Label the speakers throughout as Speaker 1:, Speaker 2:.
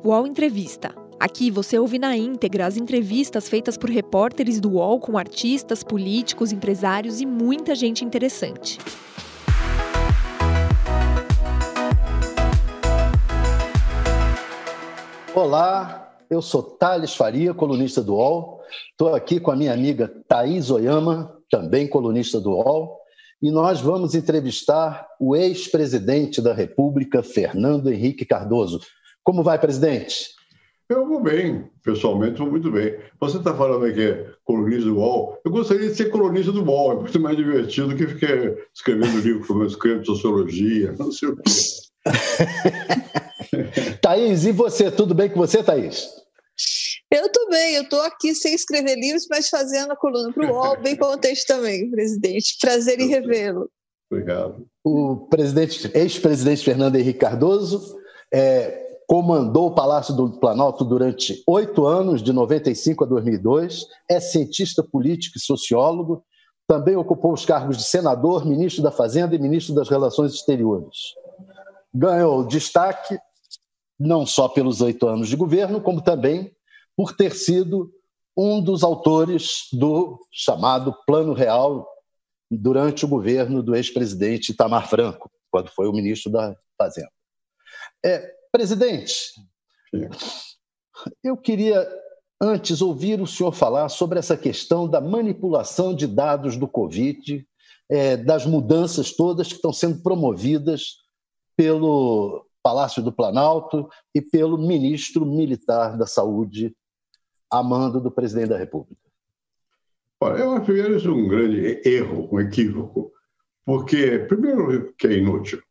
Speaker 1: UOL Entrevista. Aqui você ouve na íntegra as entrevistas feitas por repórteres do UOL com artistas, políticos, empresários e muita gente interessante.
Speaker 2: Olá, eu sou Thales Faria, colunista do UOL. Estou aqui com a minha amiga Thaís Oyama, também colunista do UOL, e nós vamos entrevistar o ex-presidente da República, Fernando Henrique Cardoso. Como vai, presidente?
Speaker 3: Eu vou bem, pessoalmente vou muito bem. Você está falando aqui que é colunista do UOL. Eu gostaria de ser colunista do UOL, é muito mais divertido que ficar escrevendo livro como eu escrevo, sociologia, não sei o quê.
Speaker 2: Thaís, e você? Tudo bem com você, Thaís?
Speaker 4: Eu estou bem, eu estou aqui sem escrever livros, mas fazendo a coluna para o UOL, bem contente também, presidente. Prazer em revê-lo.
Speaker 3: Obrigado.
Speaker 2: O ex-presidente Fernando Henrique Cardoso comandou o Palácio do Planalto durante 8 anos, de 95 a 2002, é cientista político e sociólogo, também ocupou os cargos de senador, ministro da Fazenda e ministro das Relações Exteriores. Ganhou destaque não só pelos 8 anos de governo, como também por ter sido um dos autores do chamado Plano Real durante o governo do ex-presidente Itamar Franco, quando foi o ministro da Fazenda. Presidente, eu queria antes ouvir o senhor falar sobre essa questão da manipulação de dados do Covid, das mudanças todas que estão sendo promovidas pelo Palácio do Planalto e pelo ministro militar da Saúde, a mando do presidente da República.
Speaker 3: Olha, eu acho que isso é um grande erro, um equívoco, porque, primeiro, que é inútil.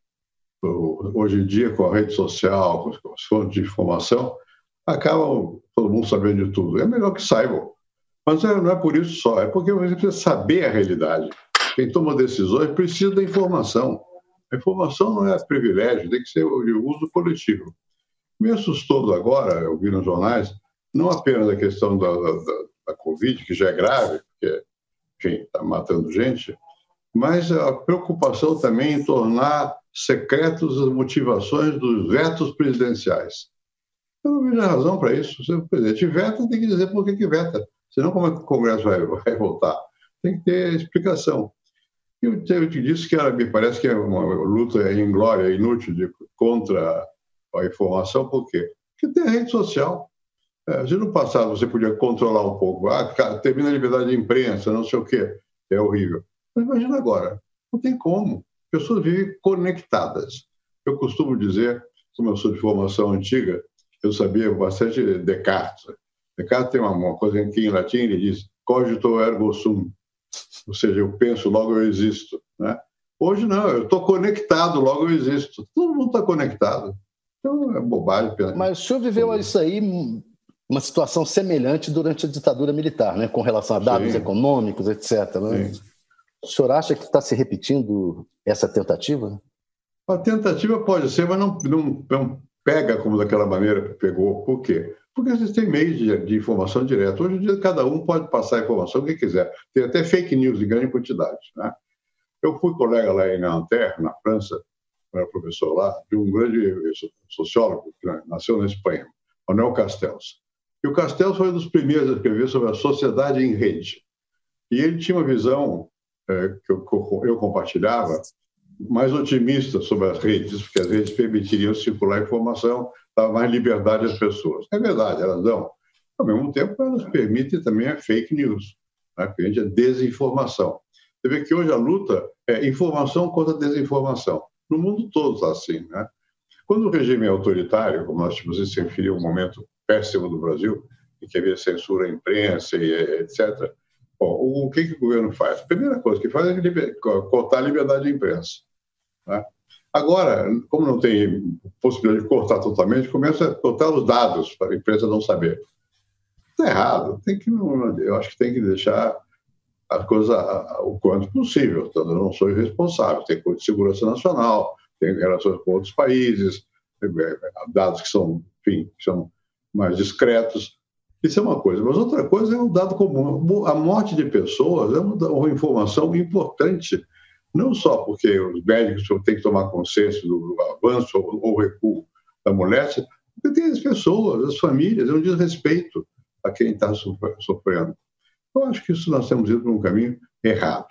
Speaker 3: Hoje em dia, com a rede social, com as fontes de informação, acaba todo mundo sabendo de tudo. É melhor que saibam. Mas não é por isso só, é porque você precisa saber a realidade. Quem toma decisões precisa da informação. A informação não é privilégio, tem que ser o uso coletivo. Me assustou agora, eu vi nos jornais, não apenas a questão da Covid, que já é grave, porque, enfim, está matando gente, mas a preocupação também em tornar secretos as motivações dos vetos presidenciais. Eu não vejo razão para isso. Se o presidente veta, tem que dizer por que veta. Senão, como é que o Congresso vai votar? Tem que ter explicação. Eu te disse que me parece que é uma luta inglória, inútil, contra a informação. Por quê? Porque tem a rede social. Se no passado você podia controlar um pouco, termina a liberdade de imprensa, não sei o quê, é horrível. Mas imagina agora, não tem como. As pessoas vivem conectadas. Eu costumo dizer, como eu sou de formação antiga, eu sabia bastante de Descartes. Descartes tem uma coisa que em latim ele diz cogito ergo sum, ou seja, eu penso, logo eu existo. Né? Hoje não, eu estou conectado, logo eu existo. Todo mundo está conectado. Então é bobagem.
Speaker 2: Mas o senhor viveu isso aí, uma situação semelhante durante a ditadura militar, né? Com relação a dados econômicos, etc. Né? O senhor acha que está se repetindo essa tentativa?
Speaker 3: A tentativa pode ser, mas não pega como daquela maneira que pegou. Por quê? Porque existem meios de informação direta. Hoje em dia, cada um pode passar a informação que quiser. Tem até fake news de grande quantidade. Né? Eu fui colega lá em Nanterre, na França, eu era professor lá, de um grande sociólogo que nasceu na Espanha, Manuel Castells. E o Castells foi um dos primeiros a escrever sobre a sociedade em rede. E ele tinha uma visão que eu compartilhava, mais otimista sobre as redes, porque as redes permitiriam circular informação, dar mais liberdade às pessoas. É verdade, elas dão. Ao mesmo tempo, elas permitem também a fake news, né? Porque a gente é desinformação. Você vê que hoje a luta é informação contra desinformação. No mundo todo está assim. Né? Quando o regime é autoritário, como nós tivemos esse referiu um momento péssimo do Brasil, em que havia censura à imprensa, etc., bom, o que o governo faz? A primeira coisa que faz é cortar a liberdade de imprensa. Né? Agora, como não tem possibilidade de cortar totalmente, começa a cortar os dados para a imprensa não saber. Está errado. Eu acho que tem que deixar as coisas o quanto possível. Então, eu não sou irresponsável. Tem coisa de segurança nacional, tem relações com outros países, dados que são, enfim, que são mais discretos. Isso é uma coisa, mas outra coisa é um dado comum. A morte de pessoas é uma informação importante, não só porque os médicos têm que tomar consciência do avanço ou recuo da moléstia, Porque tem as pessoas, as famílias, é um desrespeito a quem está sofrendo. Eu acho que isso nós temos ido por um caminho errado.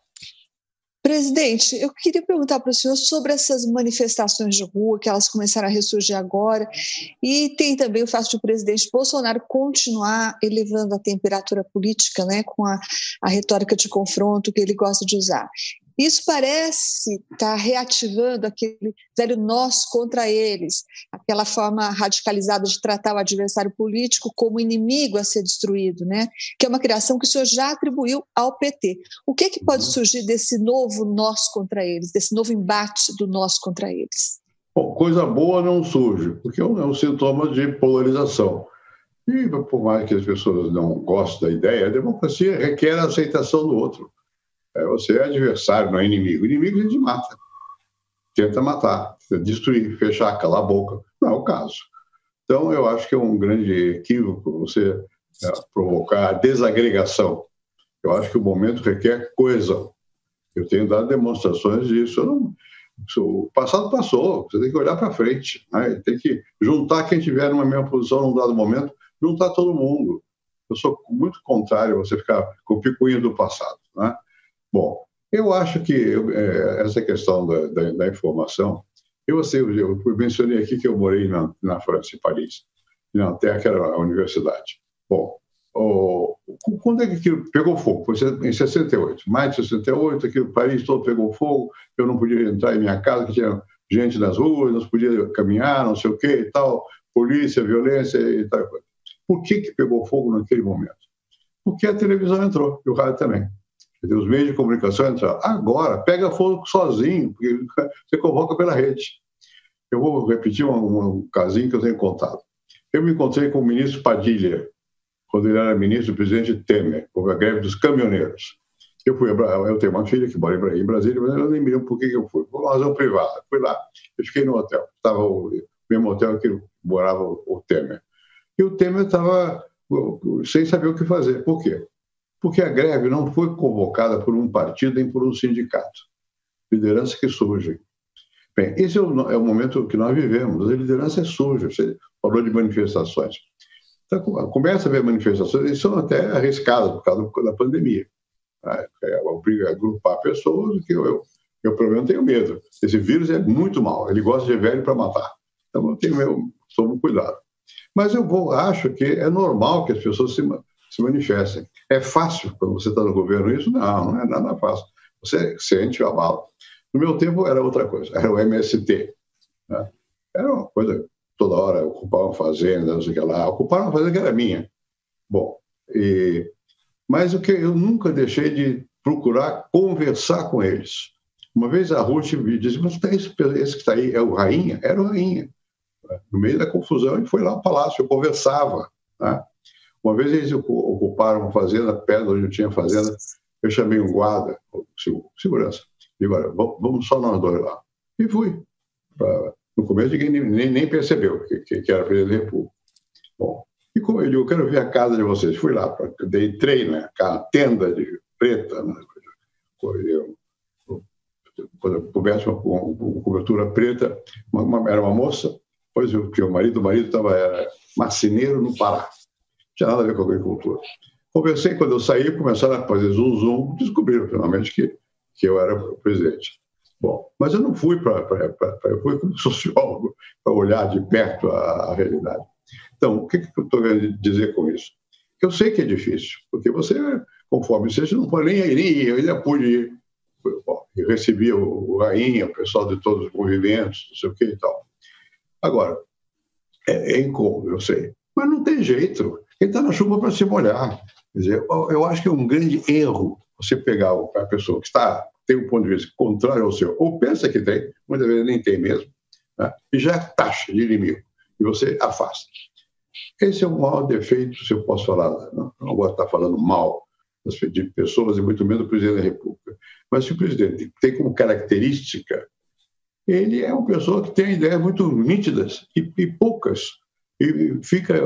Speaker 4: Presidente, eu queria perguntar para o senhor sobre essas manifestações de rua, que elas começaram a ressurgir agora, e tem também o fato de o presidente Bolsonaro continuar elevando a temperatura política, né, com a retórica de confronto que ele gosta de usar. Isso parece estar reativando aquele velho nós contra eles, aquela forma radicalizada de tratar o adversário político como inimigo a ser destruído, né? Que é uma criação que o senhor já atribuiu ao PT. O que pode surgir desse novo nós contra eles, desse novo embate do nós contra eles?
Speaker 3: Bom, coisa boa não surge, porque é um sintoma de polarização. E por mais que as pessoas não gostem da ideia, a democracia requer a aceitação do outro. Você é adversário, não é inimigo. O inimigo a gente mata. Tenta matar, destruir, fechar, calar a boca. Não é o caso. Então, eu acho que é um grande equívoco você provocar a desagregação. Eu acho que o momento requer coesão. Eu tenho dado demonstrações disso. O passado passou, você tem que olhar para frente. Né? Tem que juntar quem estiver numa mesma posição num dado momento, juntar todo mundo. Eu sou muito contrário a você ficar com o picuinho do passado. Né? Bom, eu acho que essa questão da informação, eu mencionei aqui que eu morei na França, em Paris, na Terra, que era a universidade. Bom, quando é que aquilo pegou fogo? Foi em 68, maio de 68, aqui o Paris todo pegou fogo, eu não podia entrar em minha casa, que tinha gente nas ruas, não podia caminhar, não sei o quê e tal, polícia, violência e tal. Por que pegou fogo naquele momento? Porque a televisão entrou, e o rádio também. Os meios de comunicação entraram. Agora, pega fogo sozinho, porque você convoca pela rede. Eu vou repetir um casinho que eu tenho contado. Eu me encontrei com o ministro Padilha, quando ele era ministro do presidente Temer, houve a greve dos caminhoneiros. Eu tenho uma filha que mora em Brasília, mas eu nem me lembro por que eu fui. Por uma razão privada. Fui lá, eu fiquei no hotel. Estava o mesmo hotel que morava o Temer. E o Temer estava sem saber o que fazer. Por quê? Porque a greve não foi convocada por um partido nem por um sindicato. Lideranças que surgem. Bem, esse é o momento que nós vivemos. A liderança é suja. Você falou de manifestações. Então, começa a ver manifestações, e são até arriscadas por causa da pandemia. Obriga a agrupar pessoas que eu pelo menos, tenho medo. Esse vírus é muito mau. Ele gosta de velho para matar. Então, eu tomo cuidado. Mas acho que é normal que as pessoas se manifestem. É fácil quando você está no governo isso? Não é nada fácil. Você sente a bala. No meu tempo era outra coisa, era o MST. Né? Era uma coisa, toda hora ocupavam fazenda, não sei o que lá. Ocuparam uma fazenda que era minha. Bom, mas o que eu nunca deixei de procurar conversar com eles. Uma vez a Ruth me disse, mas esse que está aí é o Rainha? Era o Rainha. No meio da confusão, ele foi lá ao palácio, eu conversava. Né? Uma vez eles ocuparam uma fazenda, perto de onde eu tinha fazenda, eu chamei um guarda, segurança, e agora, vamos só nós dois lá. E fui. No começo ninguém nem percebeu que era presidente da República. Bom, e como ele, eu quero ver a casa de vocês. Fui lá, entrei naquela tenda de preta, né? Coberta com cobertura preta, era uma moça, pois o marido era marceneiro no Pará. Não tinha nada a ver com a agricultura. Conversei, quando eu saí, começaram a fazer zoom, descobriram finalmente que eu era o presidente. Bom, mas eu não fui eu fui como sociólogo para olhar de perto a realidade. Então, o que eu estou querendo dizer com isso? Eu sei que é difícil, porque você, conforme você não pode nem ir, eu ainda pude ir. Bom, eu recebi o Rainha, o pessoal de todos os movimentos, não sei o que e tal. Agora, é incômodo, eu sei, mas não tem jeito. Quem está na chuva para se molhar. Quer dizer, eu acho que é um grande erro você pegar a pessoa que tem um ponto de vista contrário ao seu, ou pensa que tem, muitas vezes nem tem mesmo, né? E já taxa de inimigo, e você afasta. Esse é o maior defeito, se eu posso falar, não gosto de estar falando mal de pessoas e muito menos do presidente da República. Mas se o presidente tem como característica, ele é uma pessoa que tem ideias muito nítidas e poucas, e fica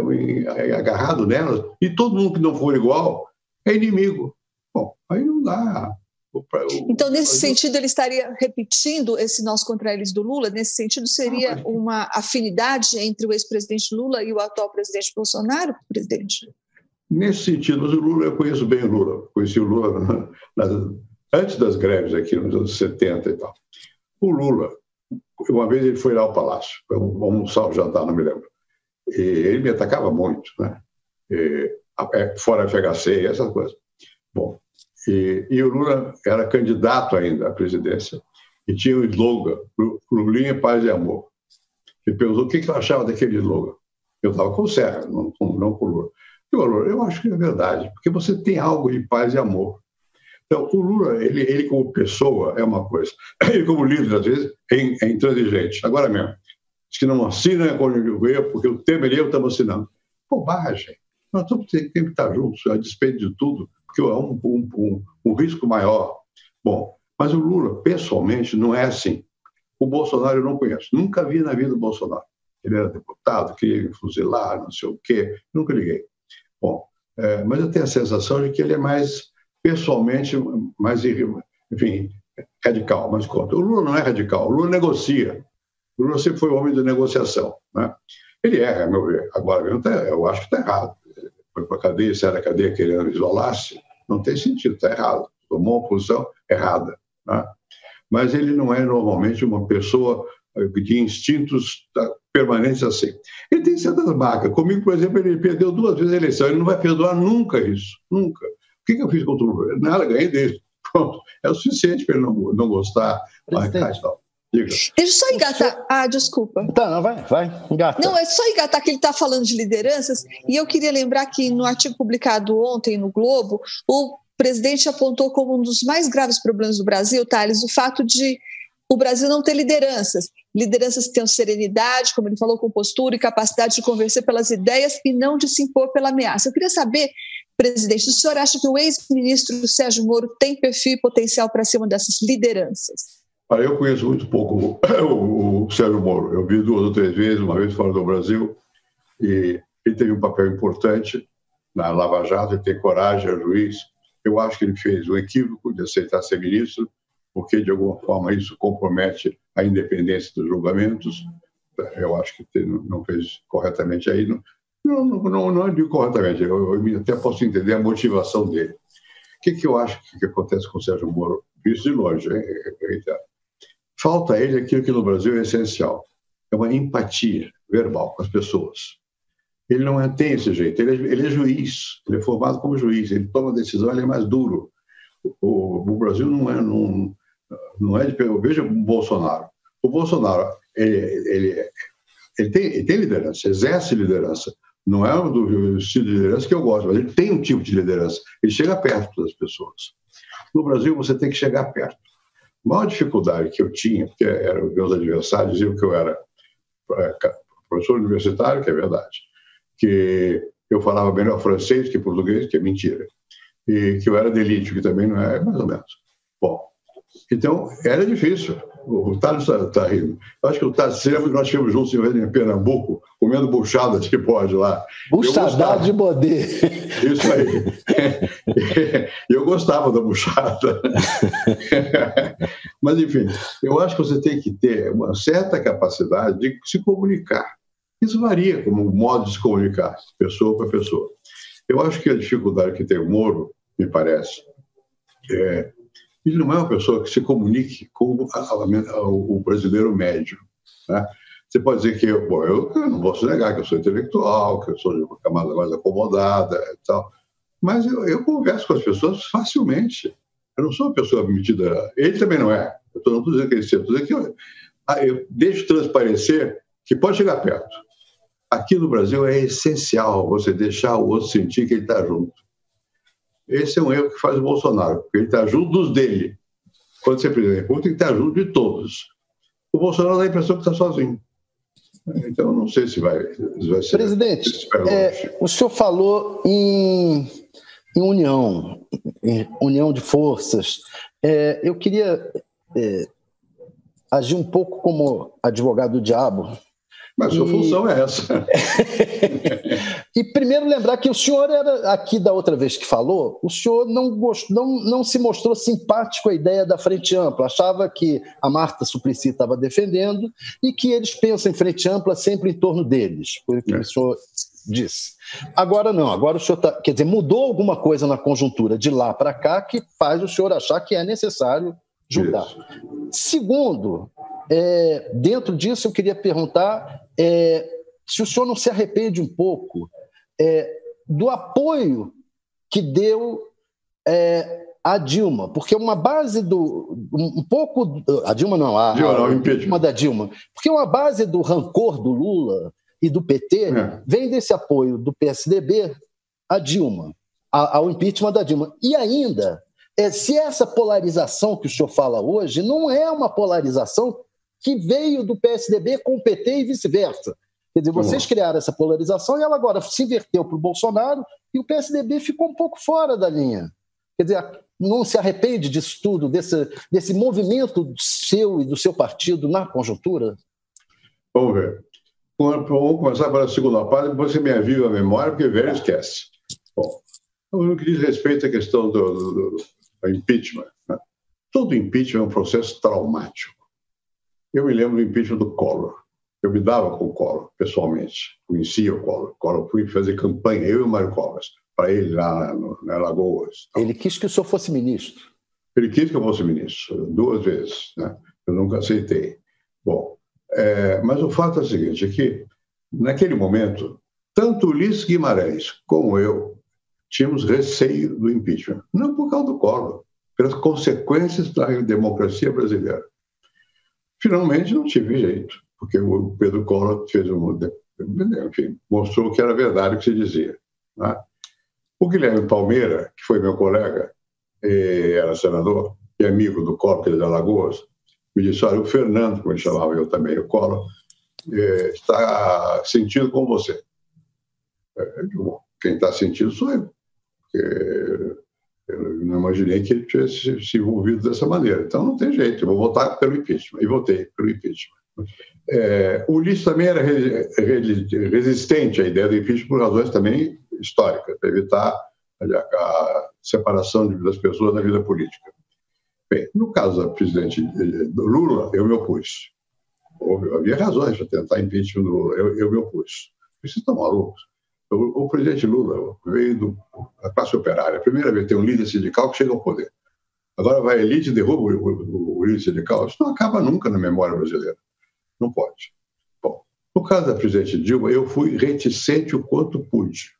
Speaker 3: agarrado nelas, e todo mundo que não for igual é inimigo. Bom, aí não dá.
Speaker 4: Então, nesse sentido, ele estaria repetindo esse nós contra eles do Lula? Nesse sentido, seria uma afinidade entre o ex-presidente Lula e o atual presidente Bolsonaro, presidente?
Speaker 3: Nesse sentido, mas o Lula, eu conheço bem o Lula. Conheci o Lula antes das greves aqui, nos anos 70 e tal. O Lula, uma vez ele foi lá ao Palácio, almoçar ou jantar, não me lembro. E ele me atacava muito, né? Fora FHC, essas coisas. Bom, e o Lula era candidato ainda à presidência e tinha o slogan, Lulinha, Paz e Amor. Ele perguntou o que eu achava daquele slogan. Eu estava com o Serra, não com o Lula. Eu acho que é verdade, porque você tem algo de paz e amor. Então, o Lula, ele como pessoa é uma coisa. Ele como líder, às vezes, é intransigente. Agora mesmo, diz que não assina com o governo, porque o Temer e eu estamos assinando. Bobagem. Nós temos que estar juntos, a despeito de tudo, porque é um risco maior. Bom, mas o Lula, pessoalmente, não é assim. O Bolsonaro eu não conheço. Nunca vi na vida o Bolsonaro. Ele era deputado, queria me fuzilar, não sei o quê. Nunca liguei. Bom, mas eu tenho a sensação de que ele é mais, pessoalmente, mais, enfim, radical, mais contra. O Lula não é radical, o Lula negocia. O Lula sempre foi um homem de negociação, né? Ele erra, a meu ver. Agora, eu acho que está errado. Ele foi para a cadeia, saiu da cadeia querendo isolar-se. Não tem sentido, está errado. Tomou uma posição errada, né? Mas ele não é normalmente uma pessoa de instintos permanentes assim. Ele tem certas marcas. Comigo, por exemplo, ele perdeu 2 vezes a eleição. Ele não vai perdoar nunca isso. Nunca. O que eu fiz contra o Lula? Nada, ganhei dele. Pronto. É o suficiente para ele não gostar. Marcar e tal. Diga.
Speaker 4: Deixa eu só engatar. Desculpa.
Speaker 2: Tá, não, vai, engata.
Speaker 4: Não, é só engatar que ele está falando de lideranças. E eu queria lembrar que no artigo publicado ontem no Globo, o presidente apontou como um dos mais graves problemas do Brasil, Thales, o fato de o Brasil não ter lideranças que tenham serenidade, como ele falou, compostura e capacidade de convencer pelas ideias e não de se impor pela ameaça. Eu queria saber, presidente, se o senhor acha que o ex-ministro Sérgio Moro tem perfil e potencial para ser uma dessas lideranças?
Speaker 3: Olha, eu conheço muito pouco o Sérgio Moro. Eu vi 2 ou 3 vezes, uma vez fora do Brasil, e ele teve um papel importante na Lava Jato, ele tem coragem, é juiz. Eu acho que ele fez o equívoco de aceitar ser ministro, porque, de alguma forma, isso compromete a independência dos julgamentos. Eu acho que não fez corretamente aí. Não digo corretamente, eu até posso entender a motivação dele. O que eu acho que acontece com o Sérgio Moro? Visto de longe, hein? Falta a ele aquilo que no Brasil é essencial. É uma empatia verbal com as pessoas. Ele não tem esse jeito. Ele é juiz, ele é formado como juiz, ele toma decisão, ele é mais duro. O Brasil não é de... Eu vejo o Bolsonaro. O Bolsonaro, ele tem liderança, exerce liderança. Não é do estilo de liderança que eu gosto, mas ele tem um tipo de liderança. Ele chega perto das pessoas. No Brasil, você tem que chegar perto. A maior dificuldade que eu tinha, porque meus adversários diziam que eu era professor universitário, que é verdade, que eu falava melhor francês que português, que é mentira, e que eu era de elite, que também não é, mais ou menos. Bom, então era difícil. O Thales está rindo. Eu acho que o Thales, nós estivemos juntos em Pernambuco, comendo buchada de pode lá.
Speaker 2: Buchada de Bodê.
Speaker 3: Isso aí. Eu gostava da buchada. Mas, enfim, eu acho que você tem que ter uma certa capacidade de se comunicar. Isso varia como modo de se comunicar, pessoa para pessoa. Eu acho que a dificuldade que tem o Moro, me parece, ele não é uma pessoa que se comunique com o brasileiro médio, né? Você pode dizer que eu não posso negar que eu sou intelectual, que eu sou de uma camada mais acomodada e tal, mas eu converso com as pessoas facilmente. Eu não sou uma pessoa metida. Ele também não é. Eu não estou dizendo que ele seja. Estou dizendo que eu deixo transparecer que pode chegar perto. Aqui no Brasil é essencial você deixar o outro sentir que ele está junto. Esse é um erro que faz o Bolsonaro, porque ele está junto dos dele. Quando você é presidente da República, tem que estar junto de todos. O Bolsonaro dá a impressão que está sozinho. Então, não sei se vai ser...
Speaker 2: Presidente, o senhor falou em união de forças. Eu queria agir um pouco como advogado do diabo
Speaker 3: Mas a sua função é essa.
Speaker 2: E primeiro lembrar que o senhor era, aqui da outra vez que falou, o senhor não se mostrou simpático à ideia da Frente Ampla, achava que a Marta Suplicy estava defendendo e que eles pensam em Frente Ampla sempre em torno deles, foi o que o senhor disse. Agora não, agora o senhor quer dizer, mudou alguma coisa na conjuntura de lá para cá que faz o senhor achar que é necessário juntar. Isso. Segundo, dentro disso eu queria perguntar se o senhor não se arrepende um pouco do apoio que deu a Dilma, porque uma base a Dilma não, o impeachment da Dilma, porque uma base do rancor do Lula e do PT vem desse apoio do PSDB à Dilma, ao impeachment da Dilma. E ainda, se essa polarização que o senhor fala hoje não é uma polarização que veio do PSDB com o PT e vice-versa. Quer dizer, vocês criaram essa polarização e ela agora se inverteu para o Bolsonaro e o PSDB ficou um pouco fora da linha. Quer dizer, não se arrepende disso tudo, desse movimento seu e do seu partido na conjuntura?
Speaker 3: Vamos ver. Vamos começar pela segunda parte, depois você me aviva a memória, porque velho esquece. Bom, no que diz respeito à questão do impeachment, né? Todo impeachment é um processo traumático. Eu me lembro do impeachment do Collor. Eu me dava com o Collor, pessoalmente. Conhecia o Collor. Collor, fui fazer campanha, eu e o Mário Covas, para ele lá na Alagoas.
Speaker 2: Ele quis que o senhor fosse ministro.
Speaker 3: Ele quis que eu fosse ministro, 2 vezes, né? Eu nunca aceitei. Bom, mas o fato é o seguinte, é que, naquele momento, tanto Ulisses Guimarães como eu tínhamos receio do impeachment. Não por causa do Collor, pelas consequências da democracia brasileira. Finalmente, não tive jeito, porque o Pedro Collor fez enfim, mostrou que era verdade o que se dizia. Né? O Guilherme Palmeira, que foi meu colega, era senador e amigo do Collor, que é de Alagoas, me disse, olha, o Fernando, como ele chamava eu também, o Collor, está sentindo com você. Eu digo, bom, quem está sentindo sou eu. Porque eu não imaginei que ele tivesse se envolvido dessa maneira. Então não tem jeito, eu vou votar pelo impeachment. E votei pelo impeachment. O Ulisses também era resistente à ideia do impeachment por razões também históricas, para evitar a separação das pessoas da vida política. Bem, no caso do presidente do Lula, eu me opus. Havia razões para tentar impeachment do Lula, eu me opus. Vocês estão malucos? O presidente Lula veio da classe operária. A primeira vez tem um líder sindical que chega ao poder. Agora vai a elite e derruba o líder sindical. Isso não acaba nunca na memória brasileira. Não pode. Bom, no caso da presidente Dilma, eu fui reticente o quanto pude.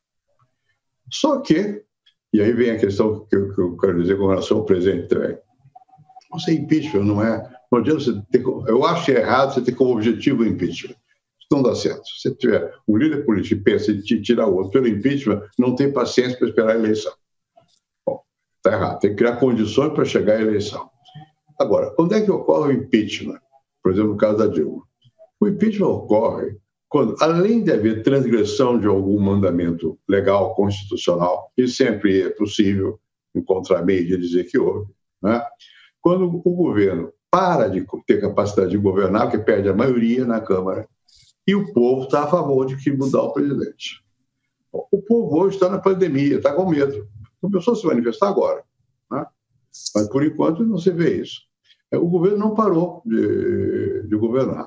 Speaker 3: Só que, e aí vem a questão que eu quero dizer com relação ao presente também. Você impeachment não adianta você ter, eu acho errado você ter como objetivo o impeachment. Não dá certo. Se você tiver um líder político que pensa em tirar o outro pelo impeachment, não tem paciência para esperar a eleição. Bom, está errado. Tem que criar condições para chegar à eleição. Agora, quando é que ocorre o impeachment? Por exemplo, no caso da Dilma. O impeachment ocorre quando, além de haver transgressão de algum mandamento legal, constitucional, e sempre é possível encontrar meio de dizer que houve, né? Quando o governo para de ter capacidade de governar, porque perde a maioria na Câmara, e o povo está a favor de que mudar o presidente. O povo hoje está na pandemia, está com medo. Começou a se manifestar agora, né? Mas, por enquanto, não se vê isso. O governo não parou de governar.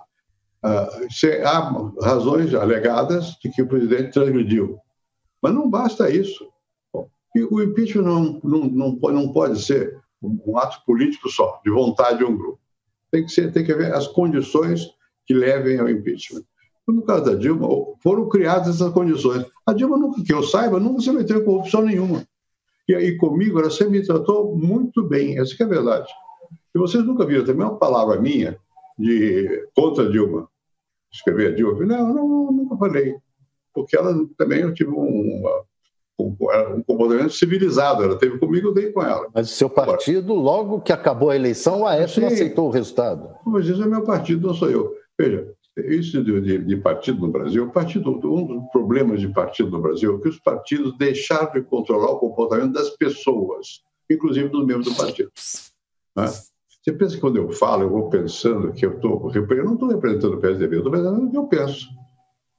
Speaker 3: Há razões alegadas de que o presidente transgrediu. Mas não basta isso. O impeachment não pode ser um ato político só, de vontade de um grupo. Tem que haver as condições que levem ao impeachment. No caso da Dilma, foram criadas essas condições. A Dilma, que eu saiba, nunca se meteu em corrupção nenhuma. E aí, comigo, ela sempre me tratou muito bem. Essa que é a verdade. E vocês nunca viram também uma palavra minha contra a Dilma. Escrever a Dilma. Não, nunca falei. Porque ela também, eu tive um comportamento civilizado. Ela teve comigo, eu dei com ela.
Speaker 2: Mas o seu partido, logo que acabou a eleição, o Aécio não aceitou o resultado.
Speaker 3: Mas isso é meu partido, não sou eu. Veja, isso de partido no Brasil, um dos problemas de partido no Brasil é que os partidos deixaram de controlar o comportamento das pessoas, inclusive dos membros do partido. Né? Você pensa que quando eu falo, eu vou pensando que eu não estou representando o PSDB, eu estou representando o que eu penso.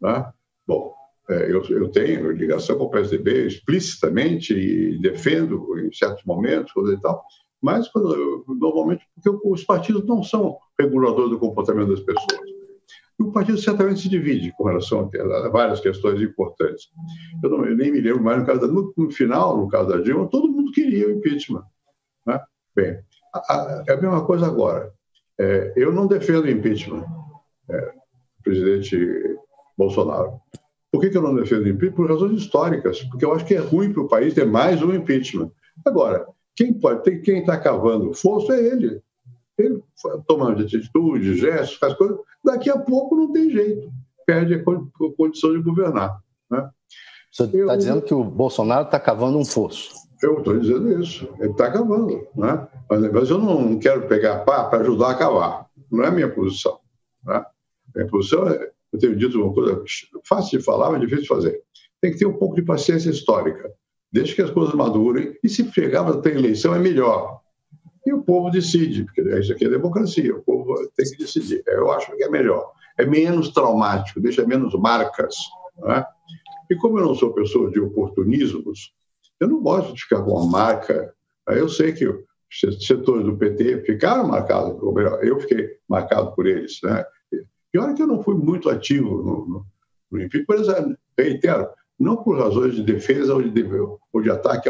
Speaker 3: né? Bom, eu tenho ligação com o PSDB explicitamente e defendo em certos momentos e tal, mas normalmente porque os partidos não são reguladores do comportamento das pessoas. E o partido certamente se divide com relação a várias questões importantes. Eu nem me lembro mais, no final, no caso da Dilma, todo mundo queria o impeachment, né? Bem, é a mesma coisa agora. Eu não defendo o impeachment, presidente Bolsonaro. Por que eu não defendo o impeachment? Por razões históricas, porque eu acho que é ruim para o país ter mais um impeachment. Agora, quem está cavando o fosso é ele. Ele tomando atitude, gestos, faz coisas, daqui a pouco não tem jeito, perde a condição de governar, né?
Speaker 2: Você está dizendo que o Bolsonaro está cavando um fosso.
Speaker 3: Eu estou dizendo isso, ele está cavando, né? Mas eu não quero pegar pá para ajudar a cavar, não é a minha posição, né? Minha posição eu tenho dito uma coisa fácil de falar, mas difícil de fazer. Tem que ter um pouco de paciência histórica, deixa que as coisas madurem, e se chegar para ter eleição é melhor. E o povo decide, porque isso aqui é democracia, o povo tem que decidir. Eu acho que é melhor. É menos traumático, deixa menos marcas, né? E como eu não sou pessoa de oportunismos, eu não gosto de ficar com uma marca. Eu sei que os setores do PT ficaram marcados, ou melhor, eu fiquei marcado por eles, né? E olha que eu não fui muito ativo no impeachment, por exemplo, reitero, não por razões de defesa ou de ataque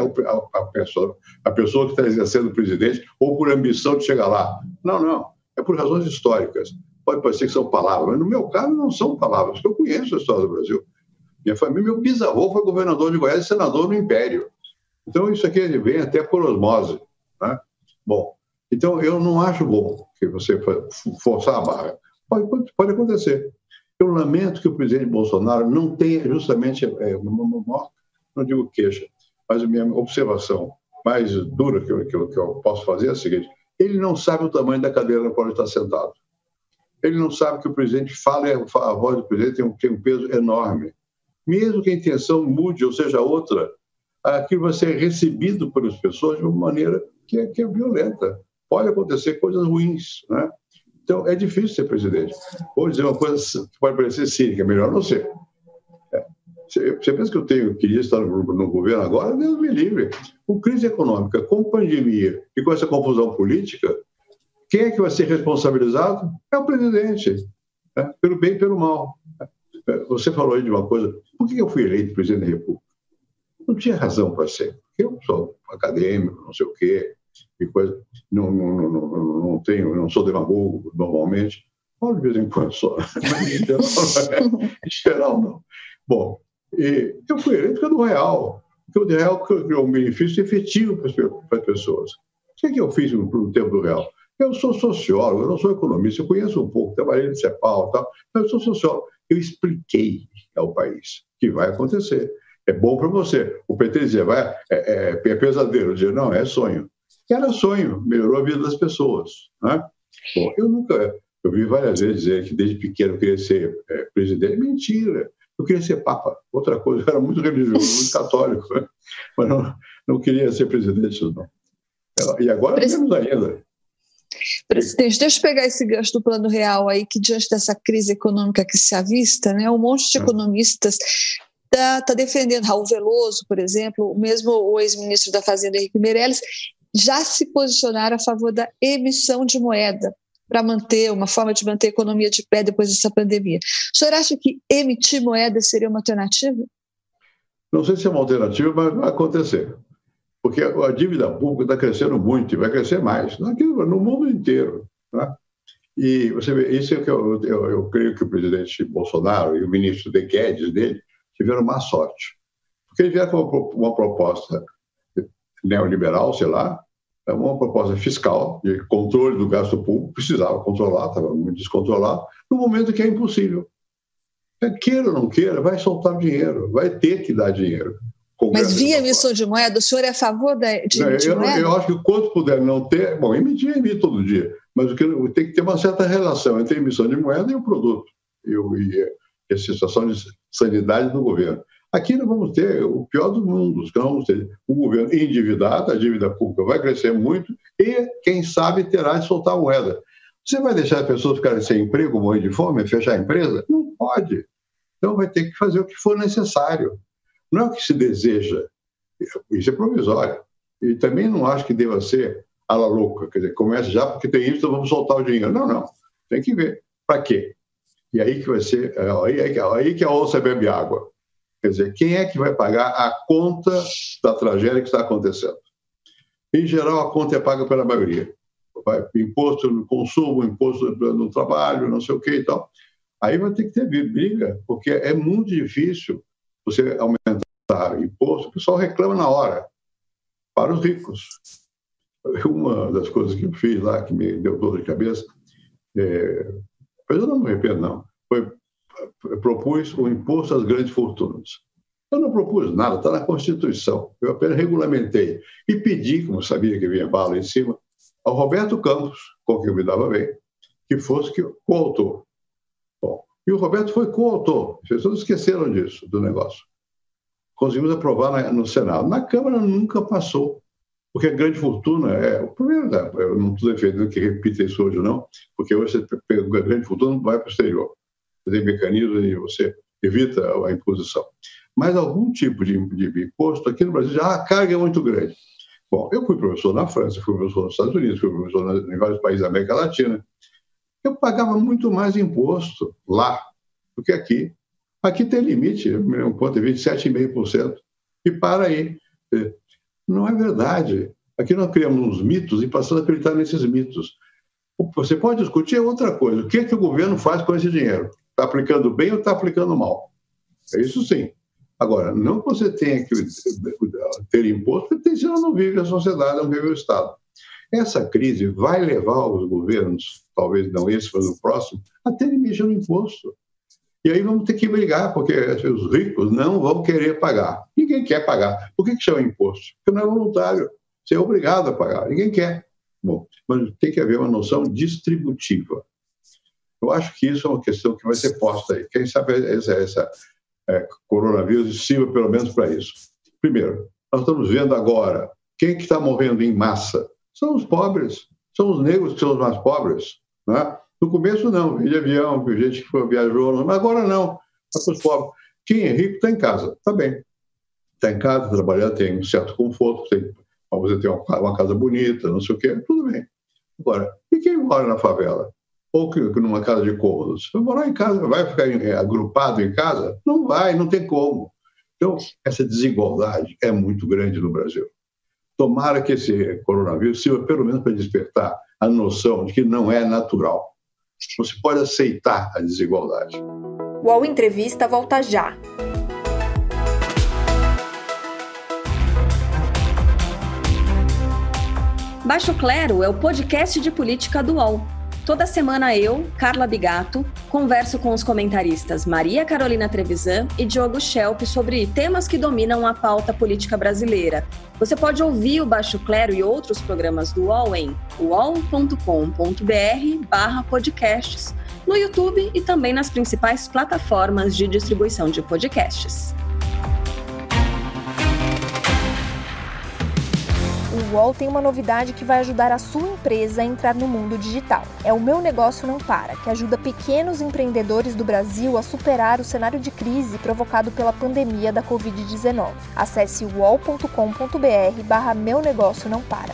Speaker 3: à pessoa que está exercendo o presidente ou por ambição de chegar lá. Não. É por razões históricas. Pode parecer que são palavras, mas no meu caso não são palavras, porque eu conheço a história do Brasil. Minha família, meu bisavô foi governador de Goiás e senador no Império. Então isso aqui vem até por osmose, né? Bom, então eu não acho bom que você forçar a barra. Pode acontecer. Eu lamento que o presidente Bolsonaro não tenha justamente, não digo queixa, mas a minha observação mais dura que eu posso fazer é a seguinte: ele não sabe o tamanho da cadeira na qual ele está sentado. Ele não sabe que o presidente fala, a voz do presidente tem um peso enorme. Mesmo que a intenção mude ou seja outra, aquilo vai ser recebido pelas pessoas de uma maneira que é violenta. Pode acontecer coisas ruins, né? Então, é difícil ser presidente. Vou dizer uma coisa que pode parecer cínica, melhor não ser. Você pensa que eu queria estar no governo agora? Deus me livre. Com crise econômica, com pandemia e com essa confusão política, quem é que vai ser responsabilizado? É o presidente, né? Pelo bem e pelo mal. Você falou aí de uma coisa, por que eu fui eleito presidente da República? Não tinha razão para ser. Eu sou acadêmico, não sei o quê, e coisa, não sou demagogo normalmente, falo de vez em quando só, mas em geral não. Bom, e eu fui eleito pelo Real, porque o Real criou um benefício efetivo para as pessoas. O que eu fiz no tempo do Real? Eu sou sociólogo, eu não sou economista, eu conheço um pouco, trabalhei no CEPAL e tal, mas eu sou sociólogo. Eu expliquei ao país que vai acontecer. É bom para você. O PT dizia, é pesadelo. Eu dizia, não, é sonho. Era sonho, melhorou a vida das pessoas, né? Bom, eu vi várias vezes dizer que desde pequeno eu queria ser presidente. Mentira, eu queria ser papa. Outra coisa, eu era muito religioso, muito católico, né? Mas não queria ser presidente, não. E agora menos ainda.
Speaker 4: Presidente, deixa eu pegar esse gancho do Plano Real aí, que diante dessa crise econômica que se avista, né, um monte de economistas está defendendo, Raul Veloso, por exemplo, mesmo o ex-ministro da Fazenda, Henrique Meirelles, já se posicionaram a favor da emissão de moeda para manter uma forma de manter a economia de pé depois dessa pandemia. O senhor acha que emitir moeda seria uma alternativa?
Speaker 3: Não sei se é uma alternativa, mas vai acontecer. Porque a dívida pública está crescendo muito e vai crescer mais, no mundo inteiro, né? E você vê, isso é que eu creio que o presidente Bolsonaro e o ministro de Guedes dele tiveram má sorte. Porque eles vieram com uma proposta neoliberal, sei lá, uma proposta fiscal de controle do gasto público, precisava controlar, estava muito descontrolado, no momento que é impossível. Queira ou não queira, vai soltar dinheiro, vai ter que dar dinheiro.
Speaker 4: Mas via emissão de moeda, o senhor é a favor de emitir moeda? Eu
Speaker 3: acho que quanto puder não ter, bom, emite todo dia, mas tem que ter uma certa relação entre a emissão de moeda e o produto, e a situação de sanidade do governo. Aqui nós vamos ter o pior dos mundos, que nós vamos ter um governo endividado, a dívida pública vai crescer muito e, quem sabe, terá de soltar moeda. Você vai deixar as pessoas ficarem sem emprego, morrer de fome, fechar a empresa? Não pode. Então vai ter que fazer o que for necessário. Não é o que se deseja. Isso é provisório. E também não acho que deva ser à la louca. Quer dizer, começa já porque tem isso, então vamos soltar o dinheiro. Não. Tem que ver. Para quê? E aí que vai ser... Aí que a onça bebe água. Quer dizer, quem é que vai pagar a conta da tragédia que está acontecendo? Em geral, a conta é paga pela maioria. Imposto no consumo, imposto no trabalho, não sei o que e tal. Aí vai ter que ter briga, porque é muito difícil você aumentar imposto. O pessoal reclama na hora, para os ricos. Uma das coisas que eu fiz lá, que me deu dor de cabeça, mas eu não me arrependo, não, eu propus o imposto às grandes fortunas. Eu não propus nada, está na Constituição. Eu apenas regulamentei e pedi, como sabia que vinha bala em cima, ao Roberto Campos, com quem eu me dava bem, que fosse coautor. Bom, e o Roberto foi coautor. As pessoas esqueceram disso, do negócio. Conseguimos aprovar no Senado. Na Câmara nunca passou, porque a grande fortuna o primeiro, eu não estou defendendo que repita isso hoje, não, porque hoje você pega a grande fortuna e vai para o exterior. Você tem mecanismos e você evita a imposição. Mas algum tipo de imposto, aqui no Brasil, já a carga é muito grande. Bom, eu fui professor na França, fui professor nos Estados Unidos, fui professor em vários países da América Latina. Eu pagava muito mais imposto lá do que aqui. Aqui tem limite, um ponto de 27,5%, e para aí. Não é verdade. Aqui nós criamos uns mitos e passamos a acreditar nesses mitos. Você pode discutir outra coisa. O que o governo faz com esse dinheiro? Está aplicando bem ou está aplicando mal? É isso sim. Agora, não que você tenha que ter imposto, porque senão não vive a sociedade, não vive o Estado. Essa crise vai levar os governos, talvez não esse, mas o próximo, a terem mexido no imposto. E aí vamos ter que brigar, porque os ricos não vão querer pagar. Ninguém quer pagar. Por que chama imposto? Porque não é voluntário. Você é obrigado a pagar. Ninguém quer. Bom, mas tem que haver uma noção distributiva. Eu acho que isso é uma questão que vai ser posta aí. Quem sabe essa coronavírus sirva pelo menos para isso. Primeiro, nós estamos vendo agora quem que está morrendo em massa. São os pobres. São os negros que são os mais pobres. Né? No começo, não. Vi de avião, vi gente que viajou. Mas agora, não. É para os pobres. Quem é rico está em casa. Está bem. Está em casa, trabalhando, tem um certo conforto. Você tem uma casa bonita, não sei o quê. Tudo bem. Agora, e quem mora na favela? Ou numa casa de cômodos? Vai morar em casa, vai ficar agrupado em casa? Não vai, não tem como. Então, essa desigualdade é muito grande no Brasil. Tomara que esse coronavírus sirva pelo menos para despertar a noção de que não é natural. Você pode aceitar a desigualdade.
Speaker 1: O UOL Entrevista volta já. Baixo Clero é o podcast de política do UOL. Toda semana eu, Carla Bigato, converso com os comentaristas Maria Carolina Trevisan e Diogo Schelp sobre temas que dominam a pauta política brasileira. Você pode ouvir o Baixo Clero e outros programas do UOL em uol.com.br/podcasts, no YouTube e também nas principais plataformas de distribuição de podcasts. O UOL tem uma novidade que vai ajudar a sua empresa a entrar no mundo digital. É o Meu Negócio Não Para, que ajuda pequenos empreendedores do Brasil a superar o cenário de crise provocado pela pandemia da Covid-19. Acesse uol.com.br/Meu Negócio Não Para.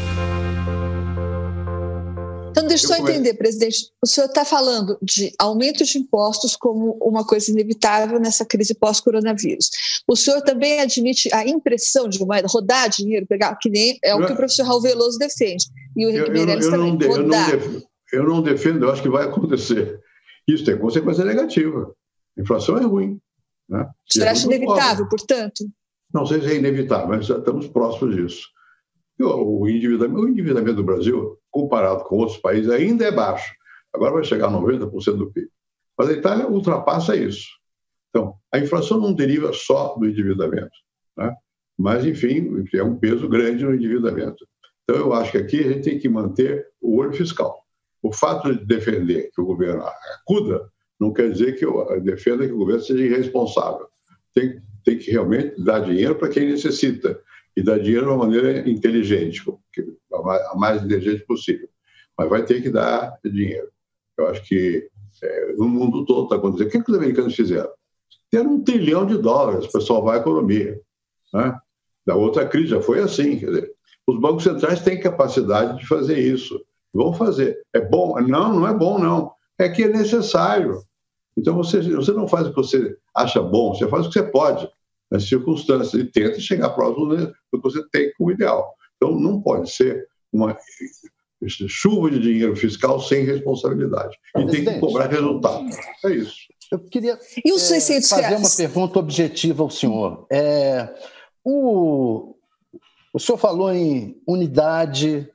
Speaker 4: Então, deixa eu só entender, presidente. O senhor está falando de aumento de impostos como uma coisa inevitável nessa crise pós-coronavírus. O senhor também admite a impressão de moeda, rodar dinheiro, pegar, que nem é o que o professor Raul Veloso defende. E o Henrique Meirelles também, rodar.
Speaker 3: Eu não defendo, eu acho que vai acontecer. Isso tem consequência negativa. A inflação é ruim. Né?
Speaker 4: O senhor acha inevitável, portanto?
Speaker 3: Não sei se é inevitável, mas já estamos próximos disso. O endividamento do Brasil, comparado com outros países, ainda é baixo. Agora vai chegar a 90% do PIB. Mas a Itália ultrapassa isso. Então, a inflação não deriva só do endividamento, né? Mas, enfim, é um peso grande no endividamento. Então, eu acho que aqui a gente tem que manter o olho fiscal. O fato de defender que o governo acuda não quer dizer que eu defenda que o governo seja irresponsável. Tem que realmente dar dinheiro para quem necessita. E dar dinheiro de uma maneira inteligente, a mais inteligente possível. Mas vai ter que dar dinheiro. Eu acho que no mundo todo está acontecendo. O que os americanos fizeram? deram $1 trilhão para salvar a economia. Né? Da outra crise já foi assim. Quer dizer, os bancos centrais têm capacidade de fazer isso. Vão fazer. É bom? Não, não é bom, não. É que é necessário. Então, você não faz o que você acha bom, você faz o que você pode, nas circunstâncias, e tenta chegar próximo do que você tem como ideal. Então, não pode ser uma chuva de dinheiro fiscal sem responsabilidade. E tem que cobrar resultado. É isso.
Speaker 2: Eu queria
Speaker 4: e os 600
Speaker 2: fazer uma pergunta objetiva ao senhor. O senhor falou em unidade,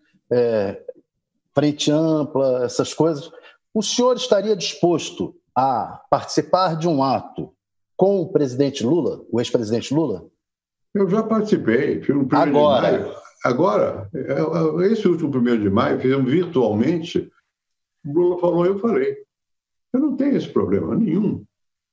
Speaker 2: frente ampla, essas coisas. O senhor estaria disposto a participar de um ato com o presidente Lula, o ex-presidente Lula?
Speaker 3: Eu já participei, fiz um 1º de maio. Agora, esse último 1º de maio, fizemos virtualmente, o Lula falou, eu falei. Eu não tenho esse problema, nenhum.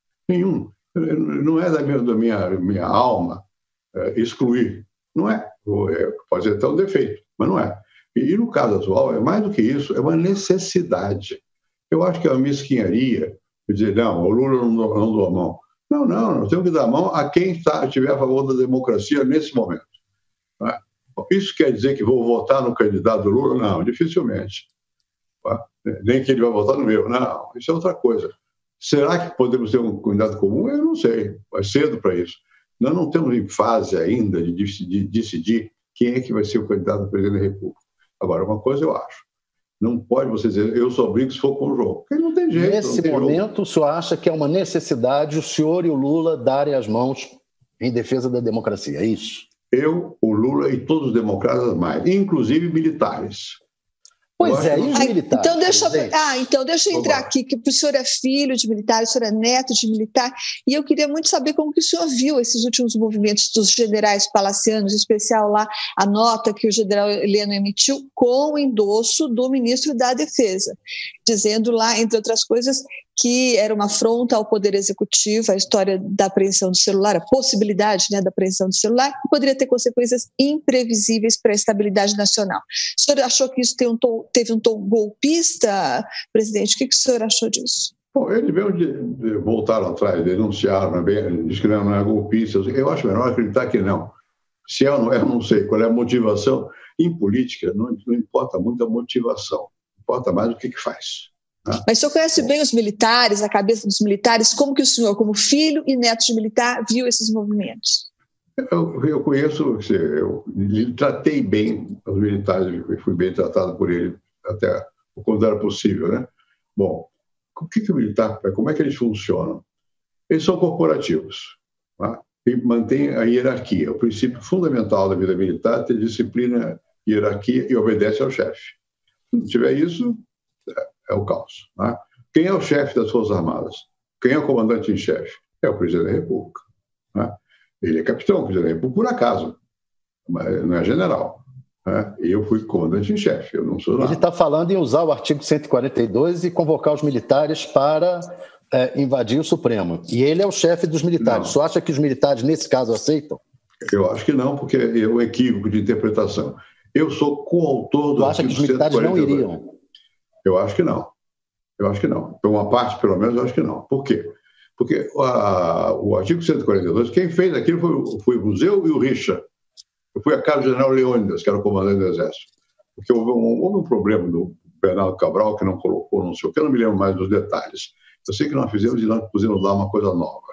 Speaker 3: Não é da minha alma excluir, não é. Pode ser até um defeito, mas não é. E no caso atual, é mais do que isso, é uma necessidade. Eu acho que é uma mesquinharia dizer, não, o Lula não dou a mão. Não, nós temos que dar a mão a quem estiver a favor da democracia nesse momento. Não é? Isso quer dizer que vou votar no candidato do Lula? Não, dificilmente. Nem que ele vai votar no meu. Não, isso é outra coisa. Será que podemos ter um candidato comum? Eu não sei. É cedo para isso. Nós não estamos em fase ainda de decidir quem é que vai ser o candidato a presidente da República. Agora, uma coisa eu acho. Não pode você dizer, eu só brigo se for com o João. Porque não tem jeito.
Speaker 2: Nesse momento, o senhor acha que é uma necessidade o senhor e o Lula darem as mãos em defesa da democracia, é isso?
Speaker 3: Eu, o Lula e todos os democratas mais, inclusive militares.
Speaker 2: Pois é, e os militares?
Speaker 4: Então deixa eu entrar aqui, que o senhor é filho de militar, o senhor é neto de militar, e eu queria muito saber como que o senhor viu esses últimos movimentos dos generais palacianos, em especial lá a nota que o general Heleno emitiu com o endosso do ministro da Defesa, dizendo lá, entre outras coisas, que era uma afronta ao Poder Executivo, a história da apreensão do celular, a possibilidade, né, da apreensão do celular, que poderia ter consequências imprevisíveis para a estabilidade nacional. O senhor achou que isso teve um tom golpista, presidente? O que o senhor achou disso?
Speaker 3: Bom, eles mesmo voltaram atrás, denunciaram, diz que não é golpista. Eu acho melhor acreditar que não. Se é ou não é, eu não sei. Qual é a motivação? Em política, não importa muito a motivação. Importa mais o que faz.
Speaker 4: Mas o senhor conhece bem os militares, a cabeça dos militares, como que o senhor, como filho e neto de militar, viu esses movimentos?
Speaker 3: Eu conheço, eu tratei bem os militares, fui bem tratado por ele até quando era possível, né? Bom, o que o militar, como é que eles funcionam? Eles são corporativos, tá? E mantêm a hierarquia. O princípio fundamental da vida militar é ter disciplina, hierarquia e obedece ao chefe. Se não tiver isso, é o caos. Né? Quem é o chefe das Forças Armadas? Quem é o comandante em chefe? É o presidente da República. Né? Ele é capitão, presidente da República, por acaso, mas não é general. Né? Eu fui comandante em chefe, eu não sou nada.
Speaker 2: Ele está falando em usar o artigo 142 e convocar os militares para invadir o Supremo. E ele é o chefe dos militares. Você acha que os militares, nesse caso, aceitam?
Speaker 3: Eu acho que não, porque é um equívoco de interpretação. Eu sou coautor do artigo 142. Você acha que os militares não iriam? Eu acho que não. Por uma parte, pelo menos, eu acho que não. Por quê? Porque o artigo 142, quem fez aquilo foi o Buzeu e o Richa. Eu fui a cargo do general Leônidas, que era o comandante do Exército. Porque houve um problema do Bernardo Cabral, que não colocou, não sei o que, eu não me lembro mais dos detalhes. Eu sei que nós fizemos e nós pusemos lá uma coisa nova.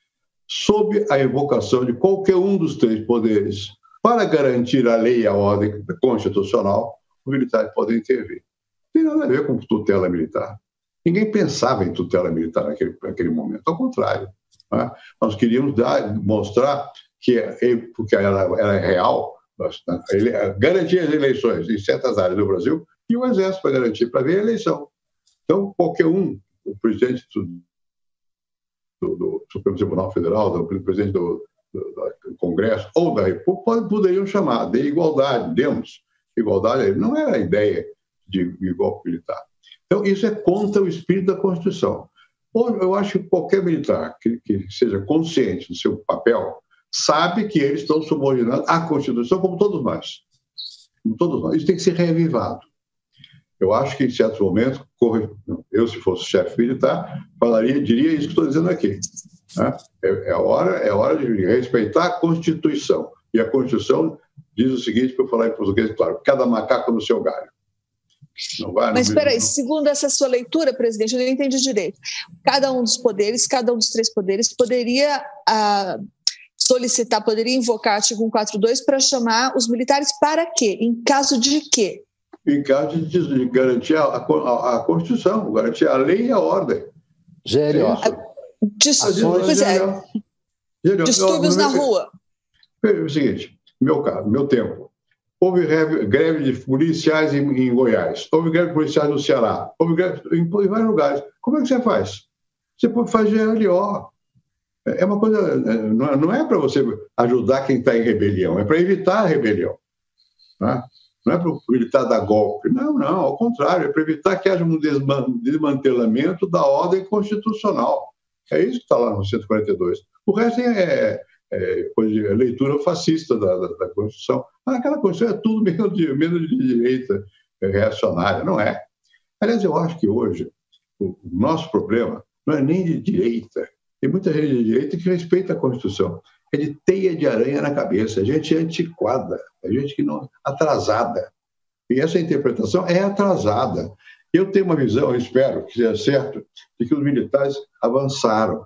Speaker 3: Sob a evocação de qualquer um dos 3 poderes, para garantir a lei e a ordem constitucional, os militares podem intervir. Não tem nada a ver com tutela militar. Ninguém pensava em tutela militar naquele momento, ao contrário. Né? Nós queríamos mostrar que, porque era real, garantir as eleições em certas áreas do Brasil e o Exército para garantir, para ver a eleição. Então, qualquer um, o presidente do Supremo Tribunal Federal, o presidente do Congresso ou da República poderiam chamar de igualdade. Demos igualdade, não era a ideia de golpe militar. Então, isso é contra o espírito da Constituição. Eu acho que qualquer militar que seja consciente do seu papel sabe que eles estão subordinados à Constituição, como todos nós. Isso tem que ser reavivado. Eu acho que, em certos momentos, eu, se fosse chefe militar, diria isso que estou dizendo aqui. Né? É hora de respeitar a Constituição. E a Constituição diz o seguinte, para eu falar em português, claro, cada macaco no seu galho.
Speaker 4: Mas espera aí, segundo essa sua leitura, presidente, eu não entendi direito. Cada um dos poderes, cada um dos 3 poderes poderia solicitar, poderia invocar o artigo 142 para chamar os militares para quê? Em caso de quê?
Speaker 3: Em caso de garantir a Constituição, garantir a lei e a ordem.
Speaker 4: Distúrbios na rua.
Speaker 3: É o seguinte, meu tempo. Houve greve de policiais em Goiás, houve greve de policiais no Ceará, houve greve em vários lugares. Como é que você faz? Você pode fazer GLO. É uma coisa, não é para você ajudar quem está em rebelião, é para evitar a rebelião. Né? Não é para o militar dar golpe. Não, ao contrário, é para evitar que haja um desmantelamento da ordem constitucional. É isso que está lá no 142. O resto é leitura fascista da Constituição. Aquela Constituição é tudo menos de direita reacionária, não é? Aliás, eu acho que hoje o nosso problema não é nem de direita. Tem muita gente de direita que respeita a Constituição. É de teia de aranha na cabeça, é gente antiquada, é gente que não atrasada. E essa interpretação é atrasada. Eu tenho uma visão, eu espero que seja certo, de que os militares avançaram.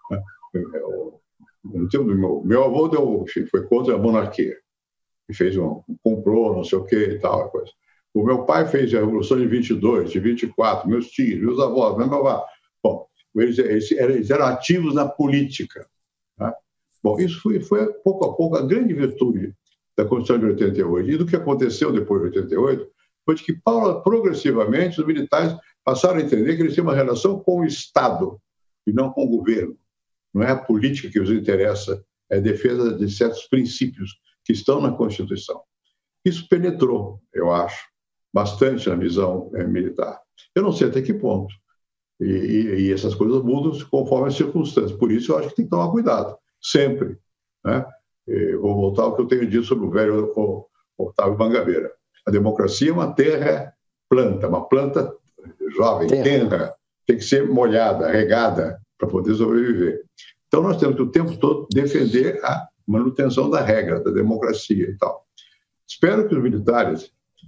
Speaker 3: Meu avô foi contra a monarquia. E comprou, não sei o que e tal. Coisa. O meu pai fez a Revolução de 22, de 24, meus tios, meus avós, meu babá. Bom, eles eram ativos na política. Tá? Bom, isso foi, pouco a pouco, a grande virtude da Constituição de 88. E do que aconteceu depois de 88 foi de que, progressivamente, os militares passaram a entender que eles têm uma relação com o Estado e não com o governo. Não é a política que os interessa, é a defesa de certos princípios que estão na Constituição. Isso penetrou, eu acho, bastante na visão militar. Eu não sei até que ponto. E essas coisas mudam conforme as circunstâncias. Por isso, eu acho que tem que tomar cuidado, sempre. Né? Vou voltar ao que eu tenho dito sobre o velho Otávio Mangabeira. A democracia é uma planta jovem, tenra, tem que ser molhada, regada, para poder sobreviver. Então, nós temos que o tempo todo defender a manutenção da regra, da democracia e tal. Espero que os militares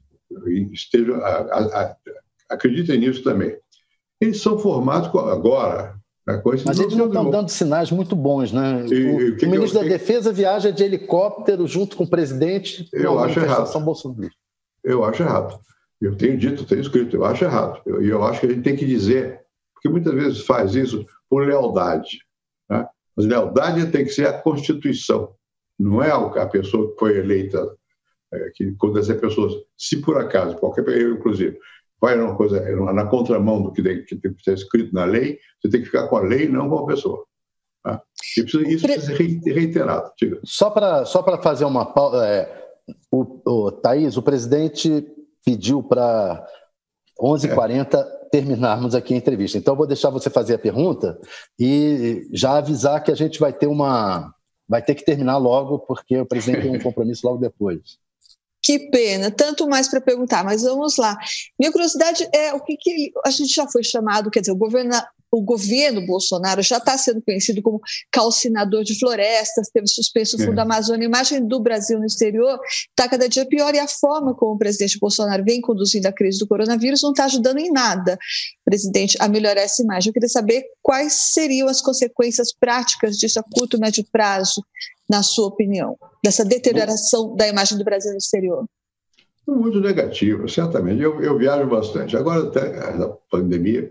Speaker 3: acreditem nisso também. Eles são formados agora.
Speaker 2: Mas eles não estão dando sinais muito bons, né? O ministro da Defesa viaja de helicóptero junto com o presidente.
Speaker 3: Eu acho errado. Eu acho errado. Eu tenho dito, tenho escrito, eu acho errado. E eu acho que a gente tem que dizer, porque muitas vezes faz isso por lealdade. Né? Mas lealdade tem que ser a Constituição. Não é a pessoa que foi eleita, quando essa pessoa, se por acaso, eu inclusive, vai numa coisa na contramão do que tem que estar escrito na lei, você tem que ficar com a lei, não com a pessoa. Tá? Isso precisa ser reiterado. Diga.
Speaker 2: Só para fazer uma pausa, Thaís, o presidente pediu para 11h40 terminarmos aqui a entrevista. Então, eu vou deixar você fazer a pergunta e já avisar que a gente vai ter que terminar logo, porque o presidente tem um compromisso logo depois.
Speaker 4: Que pena, tanto mais para perguntar, mas vamos lá. Minha curiosidade é o que a gente já foi chamado, quer dizer, o governo Bolsonaro já está sendo conhecido como calcinador de florestas, teve suspenso o Fundo Amazônia. A imagem do Brasil no exterior está cada dia pior e a forma como o presidente Bolsonaro vem conduzindo a crise do coronavírus não está ajudando em nada, presidente, a melhorar essa imagem. Eu queria saber quais seriam as consequências práticas disso a curto e médio prazo, na sua opinião, dessa deterioração da imagem do Brasil no exterior?
Speaker 3: Muito negativa, certamente. Eu viajo bastante. Agora, até na pandemia,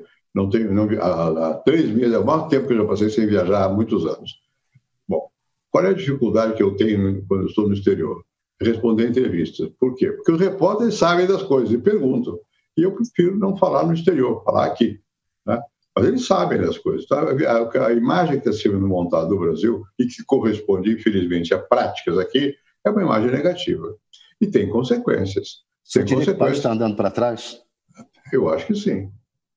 Speaker 3: há 3 meses, é o maior tempo que eu já passei sem viajar há muitos anos. Bom, qual é a dificuldade que eu tenho quando eu estou no exterior? Responder entrevistas. Por quê? Porque os repórteres sabem das coisas e perguntam. E eu prefiro não falar no exterior, falar aqui. Né? Mas eles sabem das coisas. Tá? A imagem que está sendo montada do Brasil e que corresponde, infelizmente, a práticas aqui, é uma imagem negativa. E tem consequências.
Speaker 2: Você diria que o país está andando para trás?
Speaker 3: Eu acho que sim.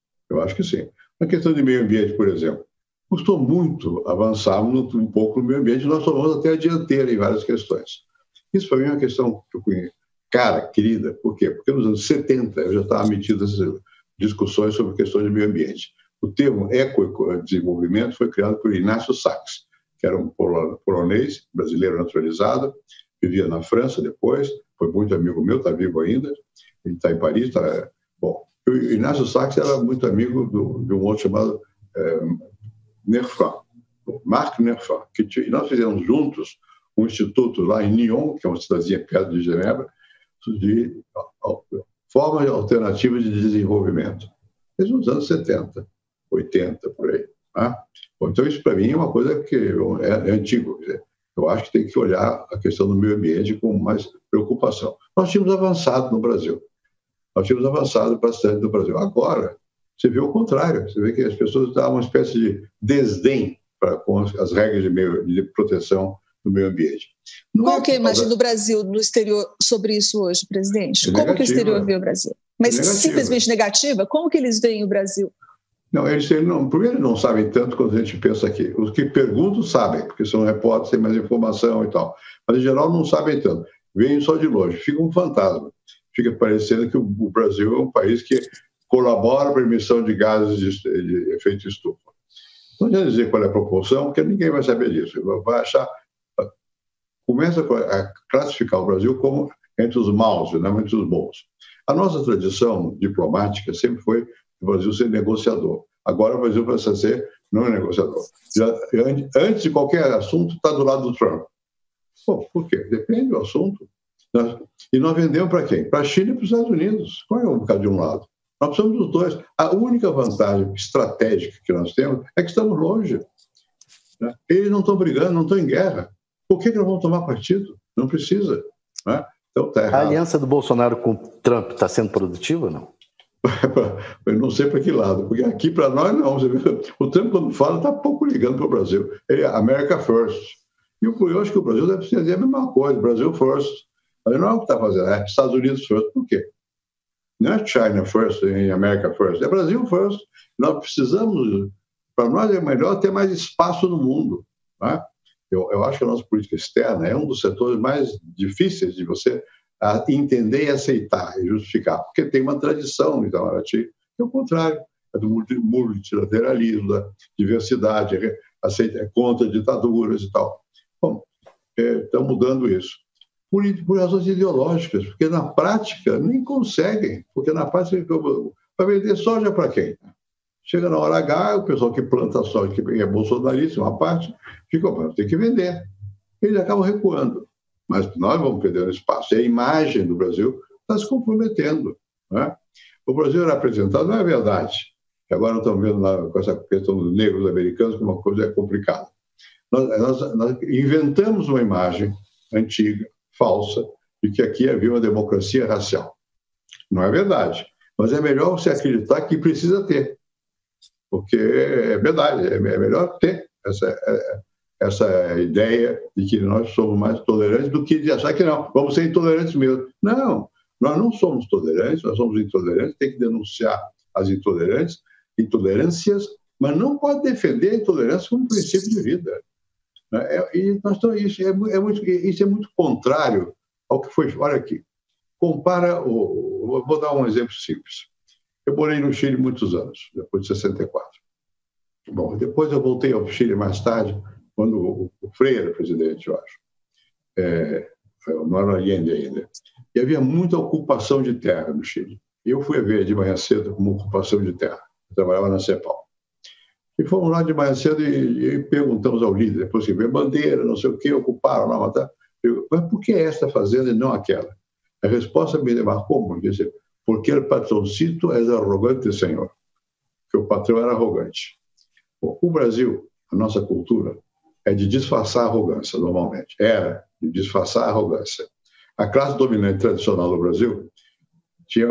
Speaker 3: Na questão de meio ambiente, por exemplo, custou muito avançarmos um pouco no meio ambiente, nós tomamos até a dianteira em várias questões. Isso, para mim, é uma questão que eu conheço. Cara, querida, por quê? Porque nos anos 70 eu já estava metido nessas discussões sobre questões de meio ambiente. O termo ecodesenvolvimento foi criado por Inácio Sachs, que era um polonês, brasileiro naturalizado, vivia na França depois, foi muito amigo meu, está vivo ainda, ele está em Paris. Bom, o Inácio Sachs era muito amigo de um outro chamado Nerfan, Marc Nerfan, que nós fizemos juntos um instituto lá em Nyon, que é uma cidadezinha perto de Genebra, de formas alternativas de desenvolvimento. Desde os anos 70, 80, por aí. Tá? Bom, então, isso para mim é uma coisa que é antigo. Eu acho que tem que olhar a questão do meio ambiente com mais preocupação. Nós tínhamos avançado no Brasil. Nós tínhamos avançado bastante no Brasil. Agora, você vê o contrário. Você vê que as pessoas dão uma espécie de desdém com as regras de proteção do meio ambiente.
Speaker 4: Qual que é a imagem do Brasil no exterior sobre isso hoje, presidente? Como que o exterior vê o Brasil? Mas simplesmente negativa? Como que eles veem o Brasil?
Speaker 3: Não, primeiro não sabem tanto quanto a gente pensa aqui. Os que perguntam sabem, porque são repórteres, têm mais informação e tal. Mas, em geral, não sabem tanto. Veem só de longe. Fica um fantasma. Fica parecendo que o Brasil é um país que colabora para a emissão de gases de efeito estufa. Não adianta dizer qual é a proporção, porque ninguém vai saber disso. Vai achar... Começa a classificar o Brasil como entre os maus, não entre os bons. A nossa tradição diplomática sempre foi o Brasil ser negociador. Agora o Brasil precisa ser não é negociador. Antes de qualquer assunto, está do lado do Trump. Bom, por quê? Depende do assunto. E nós vendemos para quem? Para a China e para os Estados Unidos. Qual é o bocado de um lado? Nós precisamos dos dois. A única vantagem estratégica que nós temos é que estamos longe. Né? Eles não estão brigando, não estão em guerra. Por que nós vamos tomar partido? Não precisa. Né? Então, tá errado.
Speaker 2: A aliança do Bolsonaro com o Trump está sendo produtiva ou não?
Speaker 3: Eu não sei para que lado, porque aqui para nós não. O Trump, quando fala, está pouco ligando para o Brasil. Ele é America First. E eu acho que o Brasil deve fazer a mesma coisa, Brasil First. Mas não é o que está fazendo, é Estados Unidos First. Por quê? Não é China First e America First, é Brasil First. Nós precisamos, para nós é melhor ter mais espaço no mundo. Né? Eu acho que a nossa política externa é um dos setores mais difíceis de você entender e aceitar e justificar, porque tem uma tradição no Itamaraty, que é o contrário, é do multilateralismo, da diversidade, aceita, contra ditaduras e tal. Bom, estão mudando isso. Por razões ideológicas, porque na prática nem conseguem, porque na prática vai vender soja para quem? Chega na hora H, o pessoal que planta soja, que é bolsonarista, uma parte, fica, tem que vender. Eles acabam recuando. Mas nós vamos perdendo espaço. E a imagem do Brasil está se comprometendo. Né? O Brasil era apresentado, não é verdade. E agora nós estamos vendo lá, com essa questão dos negros americanos, que uma coisa é complicada. Nós inventamos uma imagem antiga, falsa, de que aqui havia uma democracia racial. Não é verdade. Mas é melhor você acreditar que precisa ter. Porque é verdade, é melhor ter essa ideia de que nós somos mais tolerantes do que de achar que não, vamos ser intolerantes mesmo. Não, nós não somos tolerantes, nós somos intolerantes, tem que denunciar as intolerâncias, mas não pode defender a intolerância como princípio de vida. E nós estamos, isso é muito contrário ao que foi. Olha aqui, vou dar um exemplo simples. Eu morei no Chile muitos anos, depois de 64. Bom, depois eu voltei ao Chile mais tarde, quando o Freire era presidente, eu acho. Não era Allende ainda. E havia muita ocupação de terra no Chile. E eu fui ver de manhã cedo como ocupação de terra. Eu trabalhava na CEPAL. E fomos lá de manhã cedo e perguntamos ao líder, depois que veio bandeira, não sei o quê, ocuparam lá, mataram. Mas por que esta fazenda e não aquela? A resposta me demarcou muito, disse, porque o patroncito é arrogante, senhor. Que o patrão era arrogante. Bom, o Brasil, a nossa cultura, é de disfarçar a arrogância, normalmente. Era de disfarçar a arrogância. A classe dominante tradicional do Brasil tinha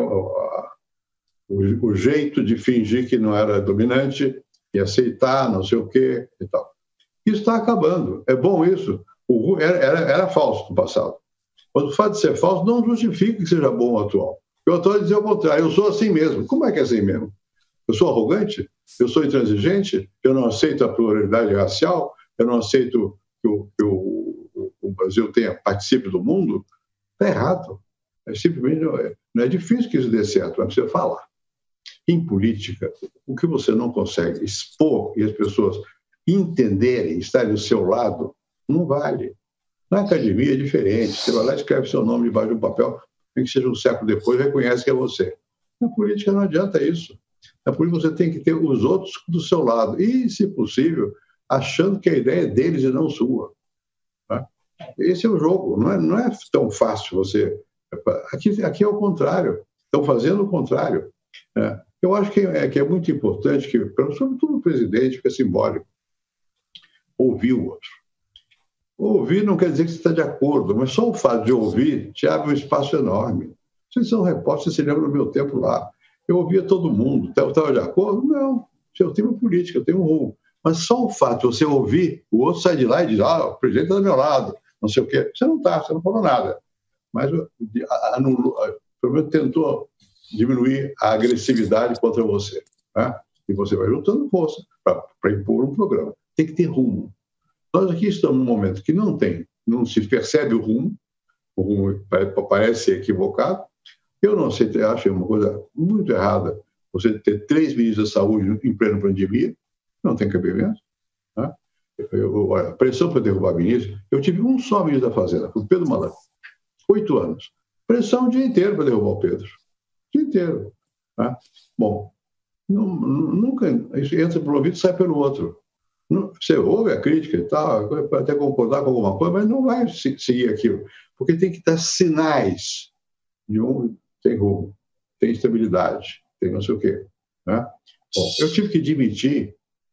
Speaker 3: o jeito de fingir que não era dominante e aceitar não sei o quê e tal. Isso está acabando. É bom isso. Era falso no passado. Mas o fato de ser falso não justifica que seja bom o atual. O atual dizer o contrário. Eu sou assim mesmo. Como é que é assim mesmo? Eu sou arrogante? Eu sou intransigente? Eu não aceito a pluralidade racial? Eu não aceito que o Brasil participe do mundo? Está errado. Simplesmente não é difícil que isso dê certo, mas precisa falar. Em política, o que você não consegue expor e as pessoas entenderem, estarem do seu lado, não vale. Na academia é diferente. Você vai lá e escreve seu nome debaixo de um papel, nem que seja um século depois, reconhece que é você. Na política não adianta isso. Na política você tem que ter os outros do seu lado. E, se possível, achando que a ideia é deles e não sua. Tá? Esse é o jogo. Não é tão fácil você... Aqui é o contrário. Estão fazendo o contrário. Né? Eu acho que é muito importante que, sobretudo o presidente, que é simbólico, ouvir o outro. Ouvir não quer dizer que você está de acordo, mas só o fato de ouvir te abre um espaço enorme. Vocês são repórteres, vocês se lembram do meu tempo lá. Eu ouvia todo mundo. Estava de acordo? Não. Eu tenho uma política, eu tenho um rumo. Mas só o fato de você ouvir, o outro sai de lá e diz, o presidente está do meu lado, não sei o quê. Você não falou nada. Mas pelo menos tentou diminuir a agressividade contra você. Tá? E você vai juntando força para impor um programa. Tem que ter rumo. Nós aqui estamos num momento que não se percebe o rumo parece ser equivocado. Eu não sei, acho uma coisa muito errada você ter 3 ministros da saúde em plena pandemia, não tem cabimento. Né? A pressão para derrubar ministro, eu tive um só ministro da Fazenda, foi o Pedro Malan, 8 anos. Pressão o dia inteiro para derrubar o Pedro. O dia inteiro. Né? Bom, nunca isso entra por um ouvido e sai pelo outro. Você ouve a crítica e tal, pode até concordar com alguma coisa, mas não vai seguir aquilo, porque tem que dar sinais de tem rumo, tem estabilidade, tem não sei o quê. Né? Bom, eu tive que demitir